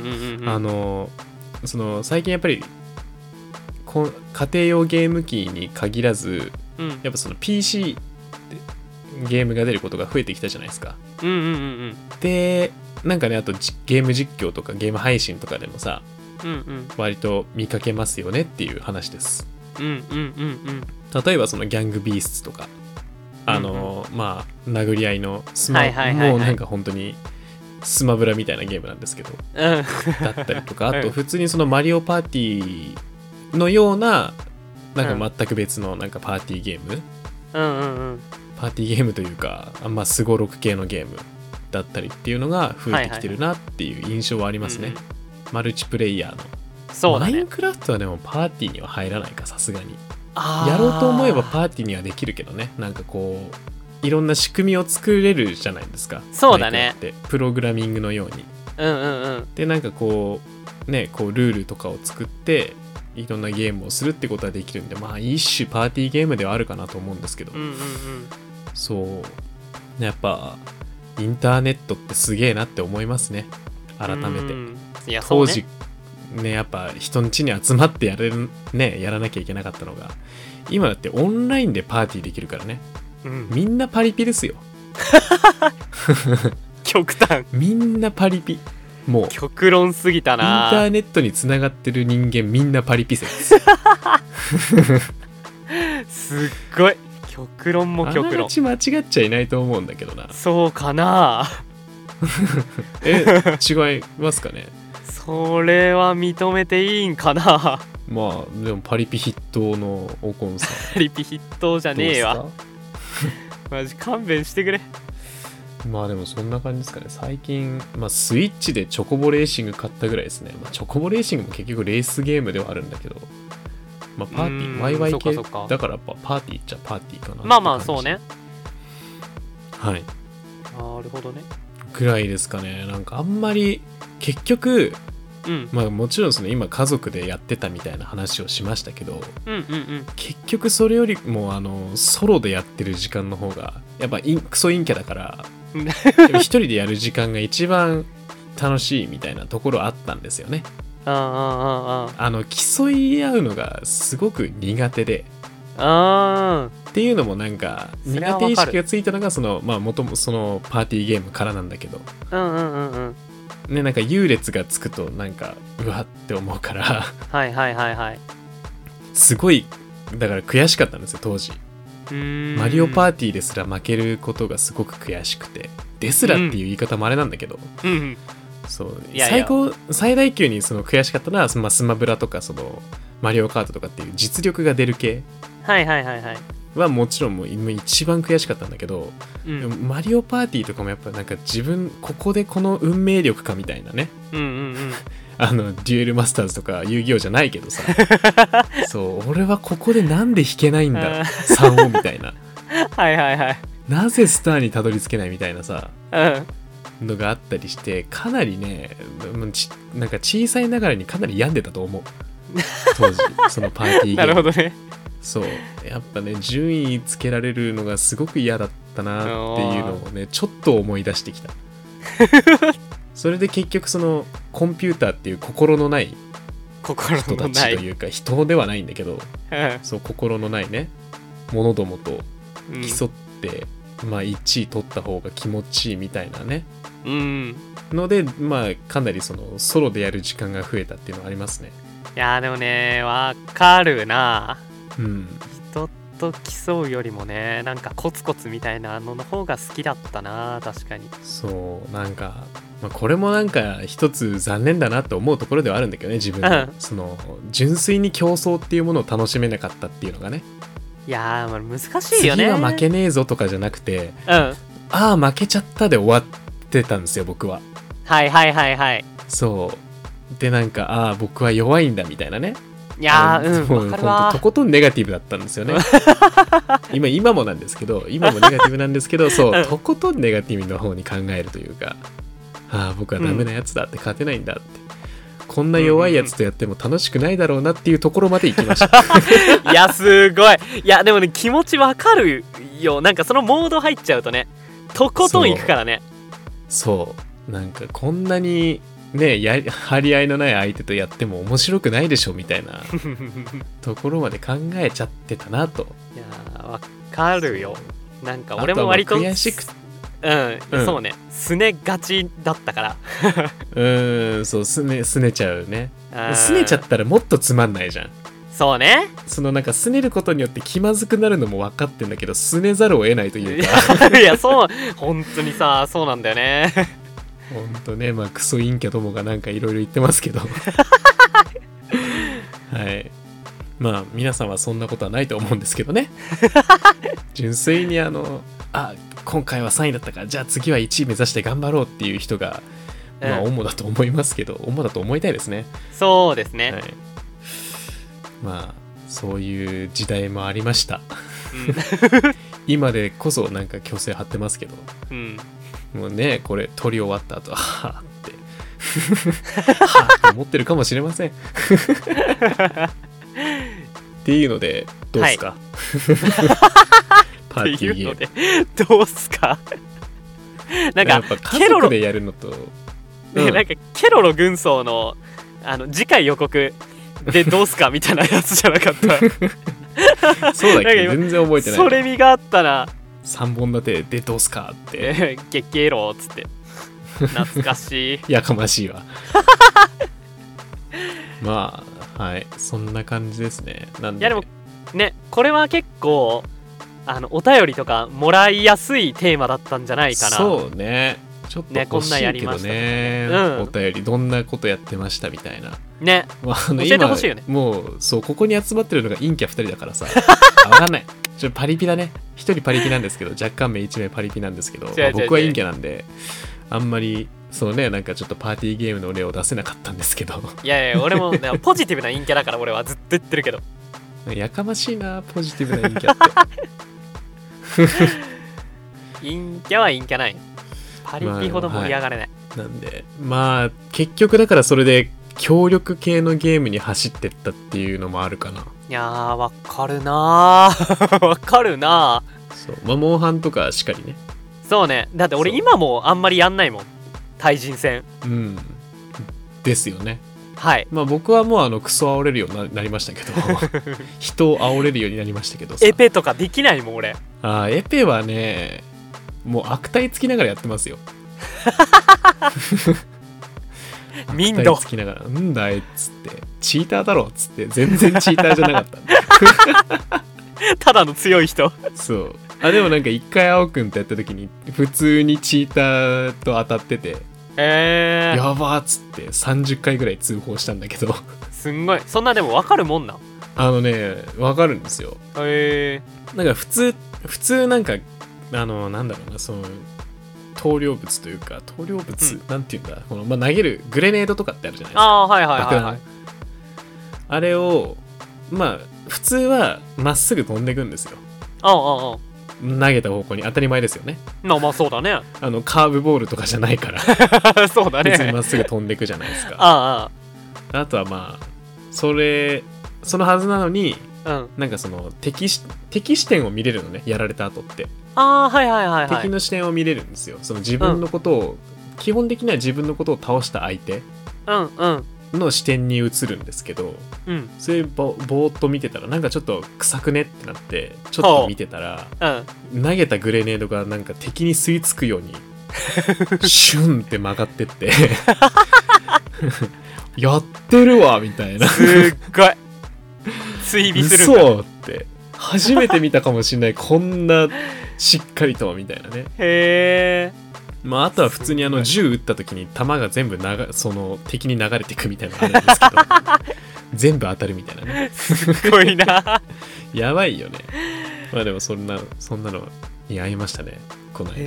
その最近やっぱり家庭用ゲーム機に限らず、やっぱその PC でゲームが出ることが増えてきたじゃないですか。でなんかね、あとゲーム実況とかゲーム配信とかでもさ、割と見かけますよねっていう話です。例えばそのギャングビーストとか、まあ殴り合いのもうなんか本当にスマブラみたいなゲームなんですけど、だったりとか、あと普通にそのマリオパーティーのようななんか全く別のなんかパーティーゲーム、パーティーゲームというか、まあすごろく系のゲームだったりっていうのが増えてきてるなっていう印象はありますね。マルチプレイヤーの。そうだね。マインクラフトはでもパーティーには入らないか、さすがに。やろうと思えばパーティーにはできるけどね。なんかこういろんな仕組みを作れるじゃないですか。 そうだね。 プログラミングのように。でなんかこうねこうルールとかを作っていろんなゲームをするってことはできるんで、まあ一種パーティーゲームではあるかなと思うんですけど、そうやっぱインターネットってすげえなって思いますね、改めて。 いや当時ねやっぱ人ん家に集まってやらなきゃいけなかったのが、今だってオンラインでパーティーできるからね、みんなパリピですよ極端。 みんなパリピ。もう極論すぎたな。 インターネットにつながってる人間みんなパリピ説すっごい極論も極論。あながち間違っちゃいないと思うんだけどな。 そうかな違いますかね。 それは認めていいんかな。 まあでもパリピ筆頭のオコンさんパリピ筆頭じゃねえわマジ勘弁してくれ。 まあでもそんな感じですかね。最近、スイッチでチョコボレーシング買ったぐらいですね。チョコボレーシングも結局レースゲームではあるんだけど、パーティー、ワイワイ系だからパーティーっちゃパーティーかな。 まあそうね。 はい。 なるほどね。 ぐらいですかね。なんかあんまり結局、もちろんその今家族でやってたみたいな話をしましたけど、結局それよりもソロでやってる時間の方がやっぱクソ陰キャだから一人でやる時間が一番楽しいみたいなところあったんですよね。競い合うのがすごく苦手で、っていうのもなんか苦手意識がついたのが元々そのパーティーゲームからなんだけど、ね、なんか優劣がつくとなんかうわって思うからすごいだから悔しかったんですよ当時。マリオパーティーですら負けることがすごく悔しくて、ですらっていう言い方もあれなんだけど、そう最大級にその悔しかったのは、スマブラとかそのマリオカートとかっていう実力が出る系はもちろんもう一番悔しかったんだけど、でもマリオパーティーとかもやっぱなんか自分ここでこの運命力かみたいなね、デュエルマスターズとか遊戯王じゃないけどさそう俺はここでなんで弾けないんだ3をみたいななぜスターにたどり着けないみたいなさ、のがあったりして、かなりねなんか小さいながらにかなり病んでたと思う当時そのパーティーゲーム。 なるほどね。 そうやっぱね順位つけられるのがすごく嫌だったなっていうのをねちょっと思い出してきたそれで結局そのコンピューターっていう心のない人たちというか、人ではないんだけど、そう心のないね者どもと競って、1位取った方が気持ちいいみたいなね、のでかなりそのソロでやる時間が増えたっていうのはありますね。 いやでもねわかるな。人と競うよりもねなんかコツコツみたいなのの方が好きだったな。確かにそうなんか、これもなんか一つ残念だなって思うところではあるんだけどね自分の、その純粋に競争っていうものを楽しめなかったっていうのがね。 いや難しいよね。 次は負けねえぞとかじゃなくて、負けちゃったで終わってたんですよ僕は。そうでなんか僕は弱いんだみたいなね。 いや分かるわ。 とことんネガティブだったんですよね今もなんですけど、今もネガティブなんですけどそうとことんネガティブの方に考えるというか、僕はダメなやつだって勝てないんだって、こんな弱いやつとやっても楽しくないだろうなっていうところまで行きましたいやすごい。いやでもね気持ちわかるよ。なんかそのモード入っちゃうとねとことん行くからね。 そうなんかこんなにね張り合いのない相手とやっても面白くないでしょみたいなところまで考えちゃってたなと。 いやわかるよ。なんか俺も割と悔しくそうねすねがちだったからそうすねちゃうね。すねちゃったらもっとつまんないじゃん。 そうね。 そのなんかすねることによって気まずくなるのも分かってんだけどすねざるを得ないというかいやそう本当にさそうなんだよねほんとねクソ陰キャどもがなんかいろいろ言ってますけどはい皆さんはそんなことはないと思うんですけどね純粋に今回は3位だったからじゃあ次は1位目指して頑張ろうっていう人が主だと思いますけど、主だと思いたいですね。 そうですね、そういう時代もありました、 今でこそなんか虚勢張ってますけど、うん、もうねこれ撮り終わった後はぁってはぁって思ってるかもしれませんっていうのでどうすか、はい、パーティーゲームっていうのでどうすかなんかやっぱ家族でやるのと、 うん、なんかケロロ軍曹の次回予告でどうすかみたいなやつじゃなかったそうだっけ全然覚えてない。 それ味があったな。 3本立てでどうすかって月経ローっつって懐かしいやかましいわまあはいそんな感じですね。なんでいやでもねこれは結構お便りとかもらいやすいテーマだったんじゃないかな。 そうねちょっと欲しいけどね、 うん、 お便りどんなことやってましたみたいなね、 まあ、 教えてほしいよね。 もうそうここに集まってるのが陰キャ2人だからさ分かんないパリピだね。1人パリピなんですけど若干名1名パリピなんですけど、まあ、僕は陰キャなんであんまりそうねなんかちょっとパーティーゲームの例を出せなかったんですけどいやいや俺も、ね、ポジティブな陰キャだから俺はずっと言ってるけどやかましいなポジティブな陰キャって陰キャは陰キャない。パリピほど盛り上がれない、 まあはい、なんでまあ結局だからそれで協力系のゲームに走ってったっていうのもあるかな。 いやーわかるなーわかるなー。そうまあモンハンとかしかりね。 そうねだって俺今もあんまりやんないもん対人戦。 うんですよね。 はいまあ僕はもうクソ煽れるようになりましたけど人を煽れるようになりましたけどさエペとかできないもん俺。 エペはねもう悪態つきながらやってますよ民度つきながらんだあいつってチーターだろっつって全然チーターじゃなかったただの強い人。 そうでもなんか一回青くんとやった時に普通にチーターと当たっててやばっつって30回ぐらい通報したんだけどすんごいそんなでも分かるもんな。 分かるんですよ。なんか普通なんかなんだろうなその投量物というか投量物、うん、なんていうんだこの、投げるグレネードとかってあるじゃないですか。 はいはいはい、はい、 あれを普通はまっすぐ飛んでいくんですよ。投げた方向に当たり前ですよね。 まあそうだねカーブボールとかじゃないからそうだね普通にまっすぐ飛んでいくじゃないですか。あとはそのはずなのに、うん、なんかその敵視点を見れるのねやられた後って。 はいはいはい、はい、 敵の視点を見れるんですよ。その自分のことを、基本的には自分のことを倒した相手の視点に移るんですけど、それぼーっと見てたらなんかちょっと臭くねってなってちょっと見てたら、投げたグレネードがなんか敵に吸い付くようにシュンって曲がってってやってるわみたいなすっごい追尾するんだ。 嘘って初めて見たかもしれないこんなしっかりとみたいなね。 へー。あとは普通に銃撃った時に弾が全部その敵に流れていくみたいなのがあるんですけど全部当たるみたいなね。 すごいなやばいよね。でもそんなのに会いましたねこの間。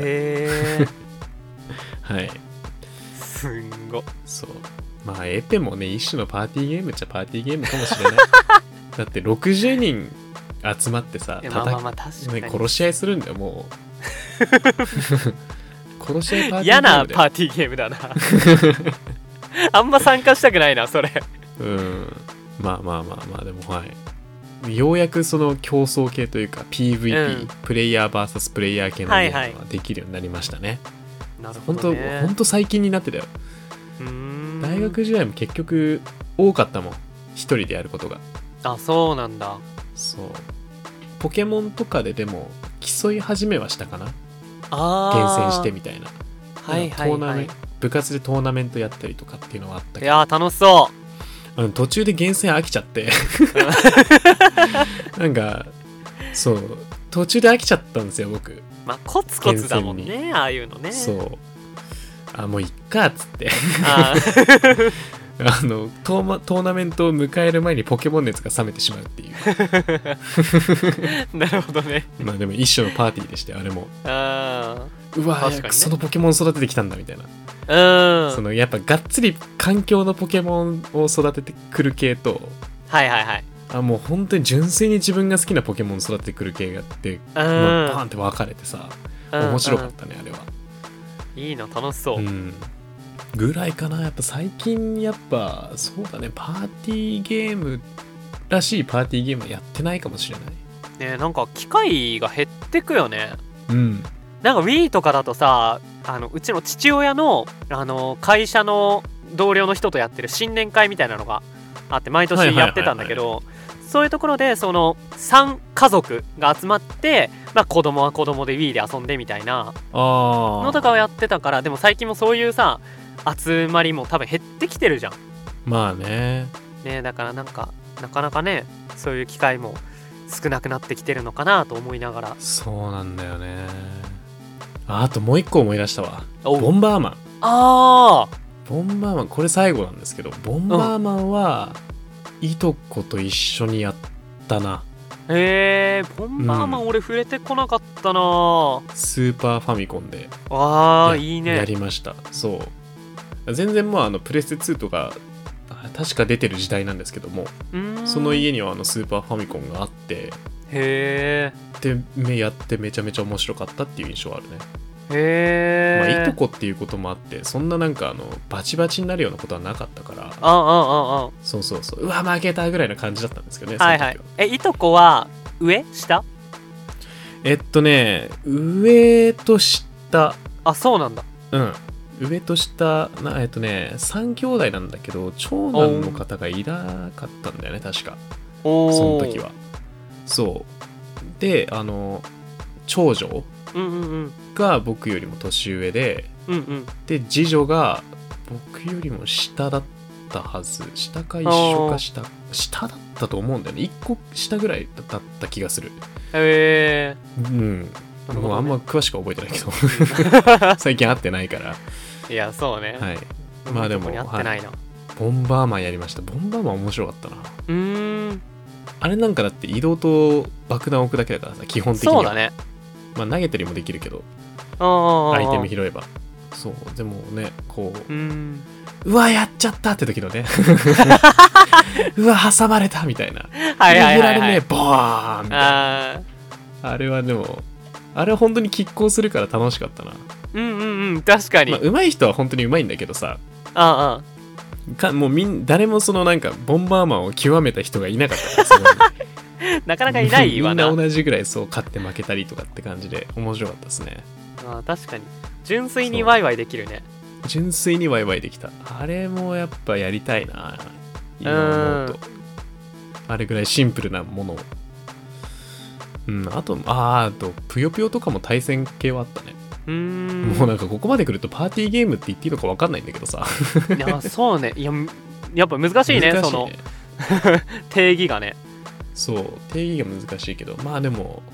はいすんご。 そうエペもね一種のパーティーゲームっちゃパーティーゲームかもしれないだって60人集まってさ殺し合いするんだよもう殺し合いパーティーゲームだよ。 嫌なパーティーゲームだなあんま参加したくないなそれ。 まあでもはいようやくその競争系というか PVP、プレイヤー VS プレイヤー系のゲームができるようになりましたね。 なるほどね。 ほんと最近になってたよ。大学時代も結局多かったもん一人でやることが。 そうなんだ。 そうポケモンとかでも競い始めはしたかな。厳選してみたいな。部活でトーナメントやったりとかっていうのはあったけど。 いや楽しそう。 途中で厳選飽きちゃってなんかそう途中で飽きちゃったんですよ僕。 コツコツだもんねああいうのね。 そうもういっかっつってトーナメントを迎える前にポケモン熱が冷めてしまうっていうなるほどね。 でも一種のパーティーでしてあれもうわ確かに、ね、 そのポケモン育ててきたんだみたいな。やっぱがっつり環境のポケモンを育ててくる系ともう本当に純粋に自分が好きなポケモン育ててくる系があって、バーンって分かれてさ、面白かったね、あれは。 いいの、楽しそう。 ぐらいかな。やっぱ最近やっぱそうだね、パーティーゲームらしいパーティーゲームはやってないかもしれないね。なんか機会が減ってくよね。 なんか Wii とかだとさ、うちの父親の会社の同僚の人とやってる新年会みたいなのがあって毎年やってたんだけど、そういうところでその3家族が集まって、子供は子供で Wii で遊んでみたいなのとかをやってたから。でも最近もそういうさ集まりも多分減ってきてるじゃん。 まあね。 だからなんかなかなかね、そういう機会も少なくなってきてるのかなと思いながら。 そうなんだよね。あともう一個思い出したわ。ボンバーマン。ボンバーマン、これ最後なんですけど、ボンバーマンはいとこと一緒にやったな。 ボンバーマン俺触れてこなかったな。 スーパーファミコンでいいね、 やりました。そう全然もうプレステ2とか確か出てる時代なんですけども、その家にはスーパーファミコンがあって、でやってめちゃめちゃ面白かったっていう印象あるね。いとこっていうこともあって、そんななんかバチバチになるようなことはなかったから、そううわ負けたぐらいな感じだったんですけどね。 いとこは上下？ 上と下。 そうなんだ。 上と下3兄弟なんだけど、長男の方がいなかったんだよね確か。その時は。そうで長女が僕よりも年上で、で次女が僕よりも下だったはず。下か一緒か下だったと思うんだよね。1個下ぐらいだった気がする。もうあんま詳しくは覚えてないけど最近会ってないから。 いやそうね。 でもボンバーマンやりました。ボンバーマン面白かったな。あれなんかだって移動と爆弾を置くだけだからさ、基本的には。そうだね。投げたりもできるけど、アイテム拾えば。でもね、うわやっちゃったって時のねうわ挟まれたみたいな、逃げられねえボーンみたいな。あれはでもあれは本当に拮抗するから楽しかったな。 確かに。 上手い人は本当に上手いんだけどさ、もう誰もそのなんかボンバーマンを極めた人がいなかったからなかなかいないわな。 みんな同じぐらい勝って負けたりとかって感じで面白かったですね。 確かに純粋にワイワイできるね。 純粋にワイワイできた。あれもやっぱやりたいな今思うと。あれぐらいシンプルなものを。あとぷよぷよとかも対戦系はあったね。もうなんかここまで来るとパーティーゲームって言っていいのか分かんないんだけどさいやそうね。やっぱ難しいね、その定義がね。 定義が難しいけど、でも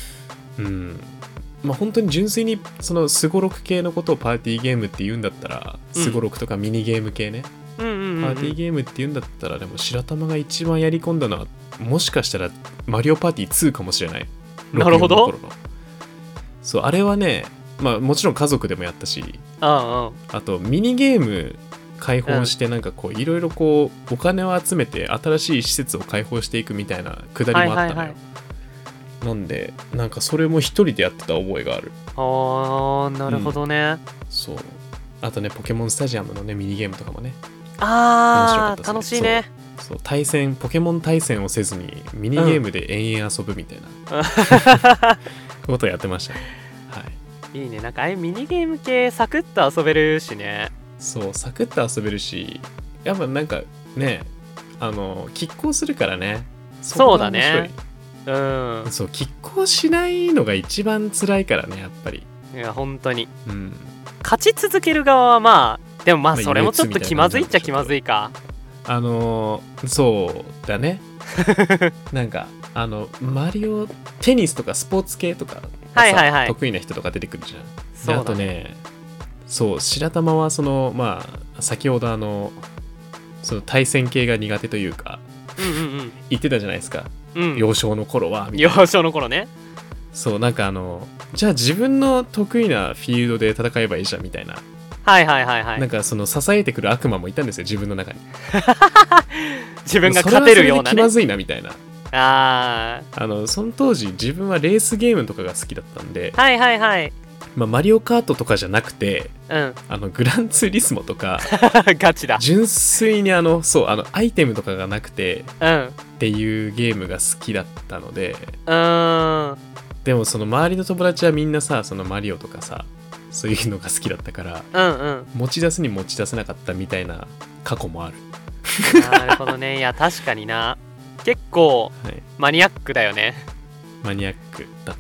本当に純粋にそのスゴロク系のことをパーティーゲームって言うんだったら、スゴロクとかミニゲーム系ね、パーティーゲームって言うんだったら、でも白玉が一番やり込んだのはもしかしたらマリオパーティー2かもしれない。 なるほど。 あれはね、もちろん家族でもやったし、あとミニゲーム開放して、なんかいろいろお金を集めて新しい施設を開放していくみたいなくだりもあったのよ。なんでなんかそれも一人でやってた覚えがある。 なるほどね。 あとね、ポケモンスタジアムのねミニゲームとかもね、 楽しいね。 ポケモン対戦をせずにミニゲームで延々遊ぶみたいな、ことをやってましたね。 いいね。なんかミニゲーム系サクッと遊べるしね。 サクッと遊べるし、やっぱなんかね、拮抗するからね。 そうだね。 拮抗しないのが一番辛いからね、やっぱり。 いや本当に。勝ち続ける側はでもそれもちょっと気まずいっちゃ気まずいか。そうだねなんかマリオテニスとかスポーツ系とか得意な人とか出てくるじゃん。あとね、白玉は先ほどその対戦系が苦手というか言ってたじゃないですか、幼少の頃はみたいな。 幼少の頃ね。 なんかじゃあ自分の得意なフィールドで戦えばいいじゃんみたいな。なんかその支えてくる悪魔もいたんですよ、自分の中に自分が勝てるようなね。 それはそれで気まずいなみたいな。 あその当時自分はレースゲームとかが好きだったんで、 はいはいはい。 まあ、マリオカートとかじゃなくて、 うん、 グランツーリスモとかガチだ。 純粋にそうアイテムとかがなくて、 うん、 っていうゲームが好きだったので、 でもその周りの友達はみんなさ、そのマリオとかさ、そういうのが好きだったから、 うんうん、 持ち出すに持ち出せなかったみたいな過去もある。 なるほどね。いや確かにな、結構マニアックだよね。 マニアックだった。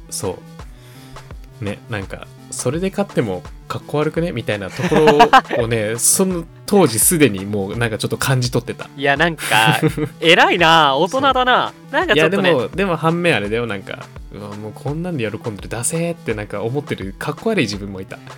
そうね、なんかそれで勝ってもかっこ悪くねみたいなところをねその当時すでにもうなんかちょっと感じ取ってた。 いやなんか偉いな、大人だな。なんかちょっとね、 いやでも反面あれだよ、なんかもうこんなんで喜んでるダセーってなんか思ってるかっこ悪い自分もいた。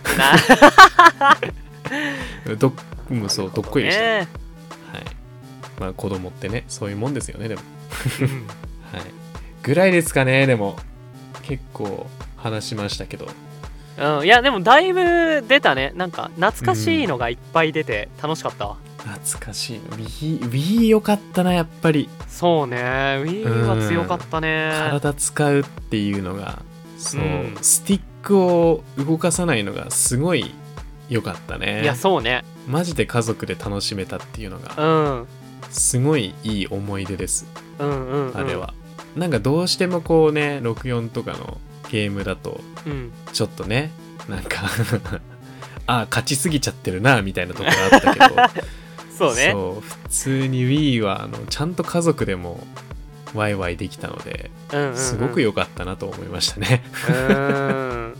どっこいでした、はい。まあ子供ってねそういうもんですよね。でもはいぐらいですかね。でも結構話しましたけど、 いやでもだいぶ出たね。なんか懐かしいのがいっぱい出て楽しかったわ。 懐かしいの Wii 良かったな、やっぱり。 そうね、 Wii は強かったね。 体使うっていうのが、そう、スティックを動かさないのがすごい良かったね。 いやそうね、 マジで家族で楽しめたっていうのが、すごいいい思い出です、あれは。なんかどうしてもこうね64とかのゲームだとちょっとね、なんか勝ちすぎちゃってるなみたいなところあったけどそうね、 そう普通に Wii はちゃんと家族でもワイワイできたので、すごく良かったなと思いましたね。 はい、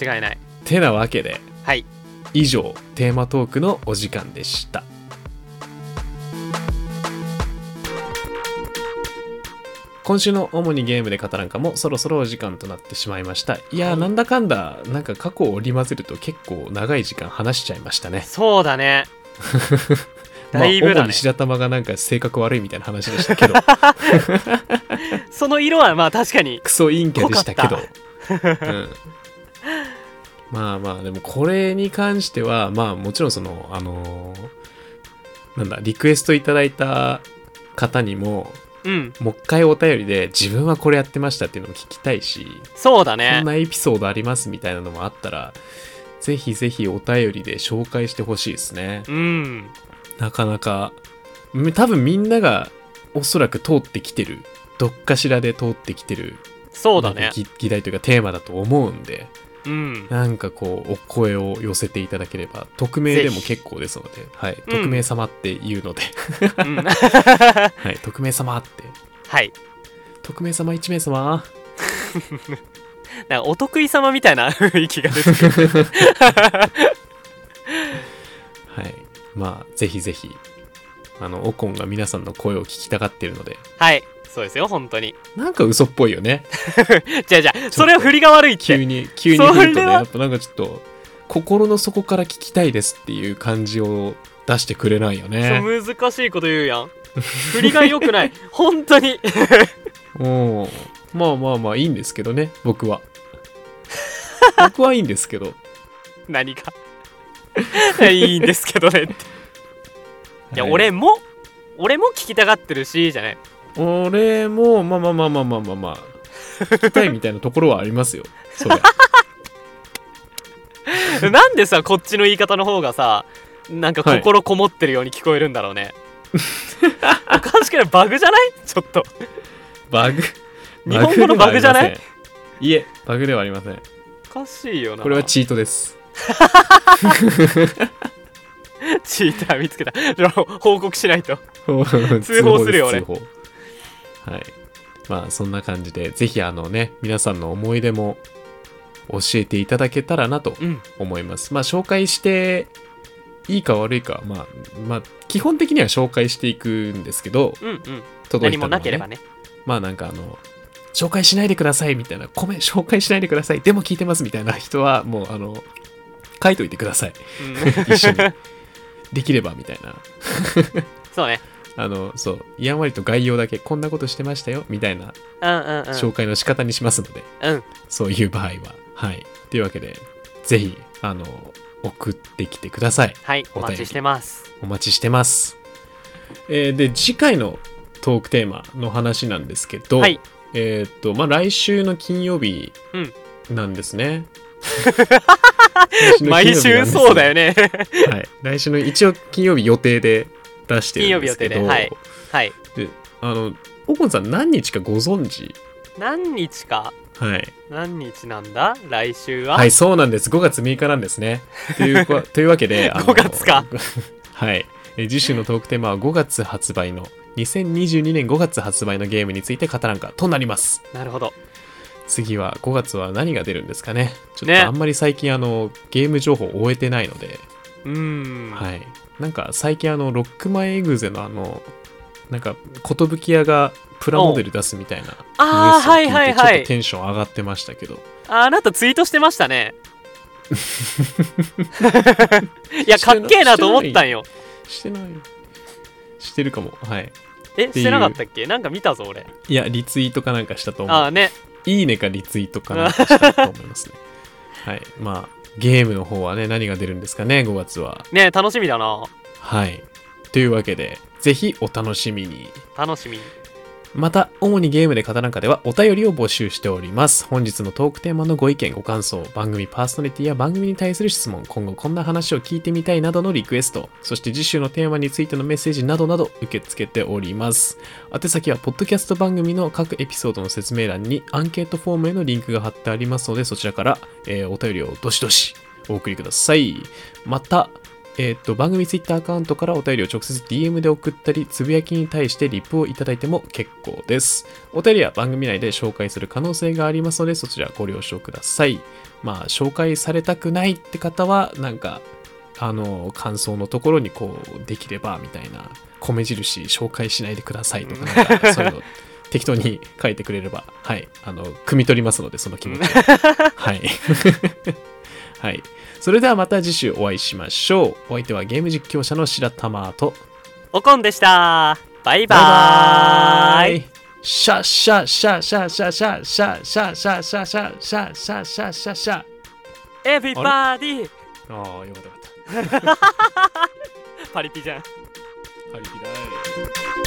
間違いない。 てなわけで、 はい、 以上テーマトークのお時間でした。今週の主にゲームで語らんかもそろそろお時間となってしまいました。いやー、なんだかんだなんか過去を織り交ぜると結構長い時間話しちゃいましたね。 そうだねだいぶだね。 主に白玉がなんか性格悪いみたいな話でしたけどその色はまあ確かにクソ陰キャでしたけどまあまあでもこれに関してはまあもちろんそのなんだリクエストいただいた方にももう一回お便りで自分はこれやってましたっていうのも聞きたいし、 そうだね、 こんなエピソードありますみたいなのもあったらぜひぜひお便りで紹介してほしいですね。なかなか多分みんながおそらく通ってきてる、どっかしらで通ってきてる、 そうだね、 議題というかテーマだと思うんで、なんかこうお声を寄せていただければ、匿名でも結構ですので、はい、匿名様って言うので、はい、匿名様って、 はい、 匿名様1名様なんかお得意様みたいな雰囲気が出てくるはい、まあぜひぜひオコンが皆さんの声を聞きたがっているので、 はい、そうですよ、本当に。 なんか嘘っぽいよねじゃあそれは振りが悪いって。 急に振るとね、やっぱなんかちょっと心の底から聞きたいですっていう感じを出してくれないよね。 そう難しいこと言うやん振りが良くない本当にまあいいんですけどね、僕はいいんですけど何かいいんですけどねっていや、はい、俺も聞きたがってるしじゃない。 俺もまあ聞きたいみたいなところはありますよそれなんでさこっちの言い方の方がさなんか心こもってるように聞こえるんだろうね、はい、おかしくない？バグじゃない？ちょっとバグ日本語のバグじゃない？ いえ、バグではありません。 おかしいよな。 これはチートですチーター見つけた。報告しないと通報するよ俺。はい、 まあそんな感じでぜひ皆さんの思い出も教えていただけたらなと思います、まあ紹介していいか悪いか、まあ基本的には紹介していくんですけど、届いたのはね、 何もなければね、 まあなんか紹介しないでくださいみたいな、紹介しないでくださいでも聞いてますみたいな人はもう書いといてください、一緒にできればみたいなそうね、 そうやんわりと概要だけこんなことしてましたよみたいな紹介の仕方にしますので、そういう場合ははいというわけでぜひ送ってきてください。 はい、お待ちしてます。 お待ちしてます。 で次回のトークテーマの話なんですけど、 はい、 来週の金曜日なんですね、 毎週そうだよねはい、来週の一応金曜日予定で出してるんですけど、 金曜日予定で、はい、 でオコンさん何日かご存知？ 何日か、 はい、 何日なんだ来週は？ はい、そうなんです、5月6日なんですねというわけで 5月かはい、次週のトークテーマは5月発売の2022年5月発売のゲームについて語らんかとなります。 なるほど。 次は5月は何が出るんですかね。ちょっとあんまり最近ゲーム情報を終えてないので、はい、なんか最近ロックマンエグゼのなんか寿屋がプラモデル出すみたいなニュースを聞いてちょっとテンション上がってましたけど、 あなたツイートしてましたねいやかっけえなと思ったんよ。 してるかも。はい。 してなかったっけ？なんか見たぞ俺。 いやリツイートかなんかしたと思う。 あね。 いいねかリツイートかなんかしたと思いますねはい。まあゲームの方はね何が出るんですかね5月は。 ね楽しみだな。 はい。というわけでぜひお楽しみに。 楽しみに。 また、主にゲームで語らんかではお便りを募集しております。本日のトークテーマのご意見、ご感想、番組パーソナリティや番組に対する質問、今後こんな話を聞いてみたいなどのリクエスト、そして次週のテーマについてのメッセージなどなど受け付けております。宛先は、ポッドキャスト番組の各エピソードの説明欄にアンケートフォームへのリンクが貼ってありますので、そちらから、お便りをどしどしお送りください。また、番組ツイッターアカウントからお便りを直接 DM で送ったり、つぶやきに対してリプをいただいても結構です。お便りは番組内で紹介する可能性がありますので、そちらご了承ください。まあ、紹介されたくないって方は、なんか、感想のところにできれば、みたいな、米印紹介しないでくださいとか、なんかそういうの適当に書いてくれれば、はい、汲み取りますので、その気持ちは。はい。はい。それではまた次週お会いしましょう。お相手はゲーム実況者の白玉とおこんでした。バイバーイ。 シャシャシャシャシャシャシャシャシャシャシャシャシャシャシャシャエビバディ。 ああよかったよかったパリピじゃん。 パリピだい。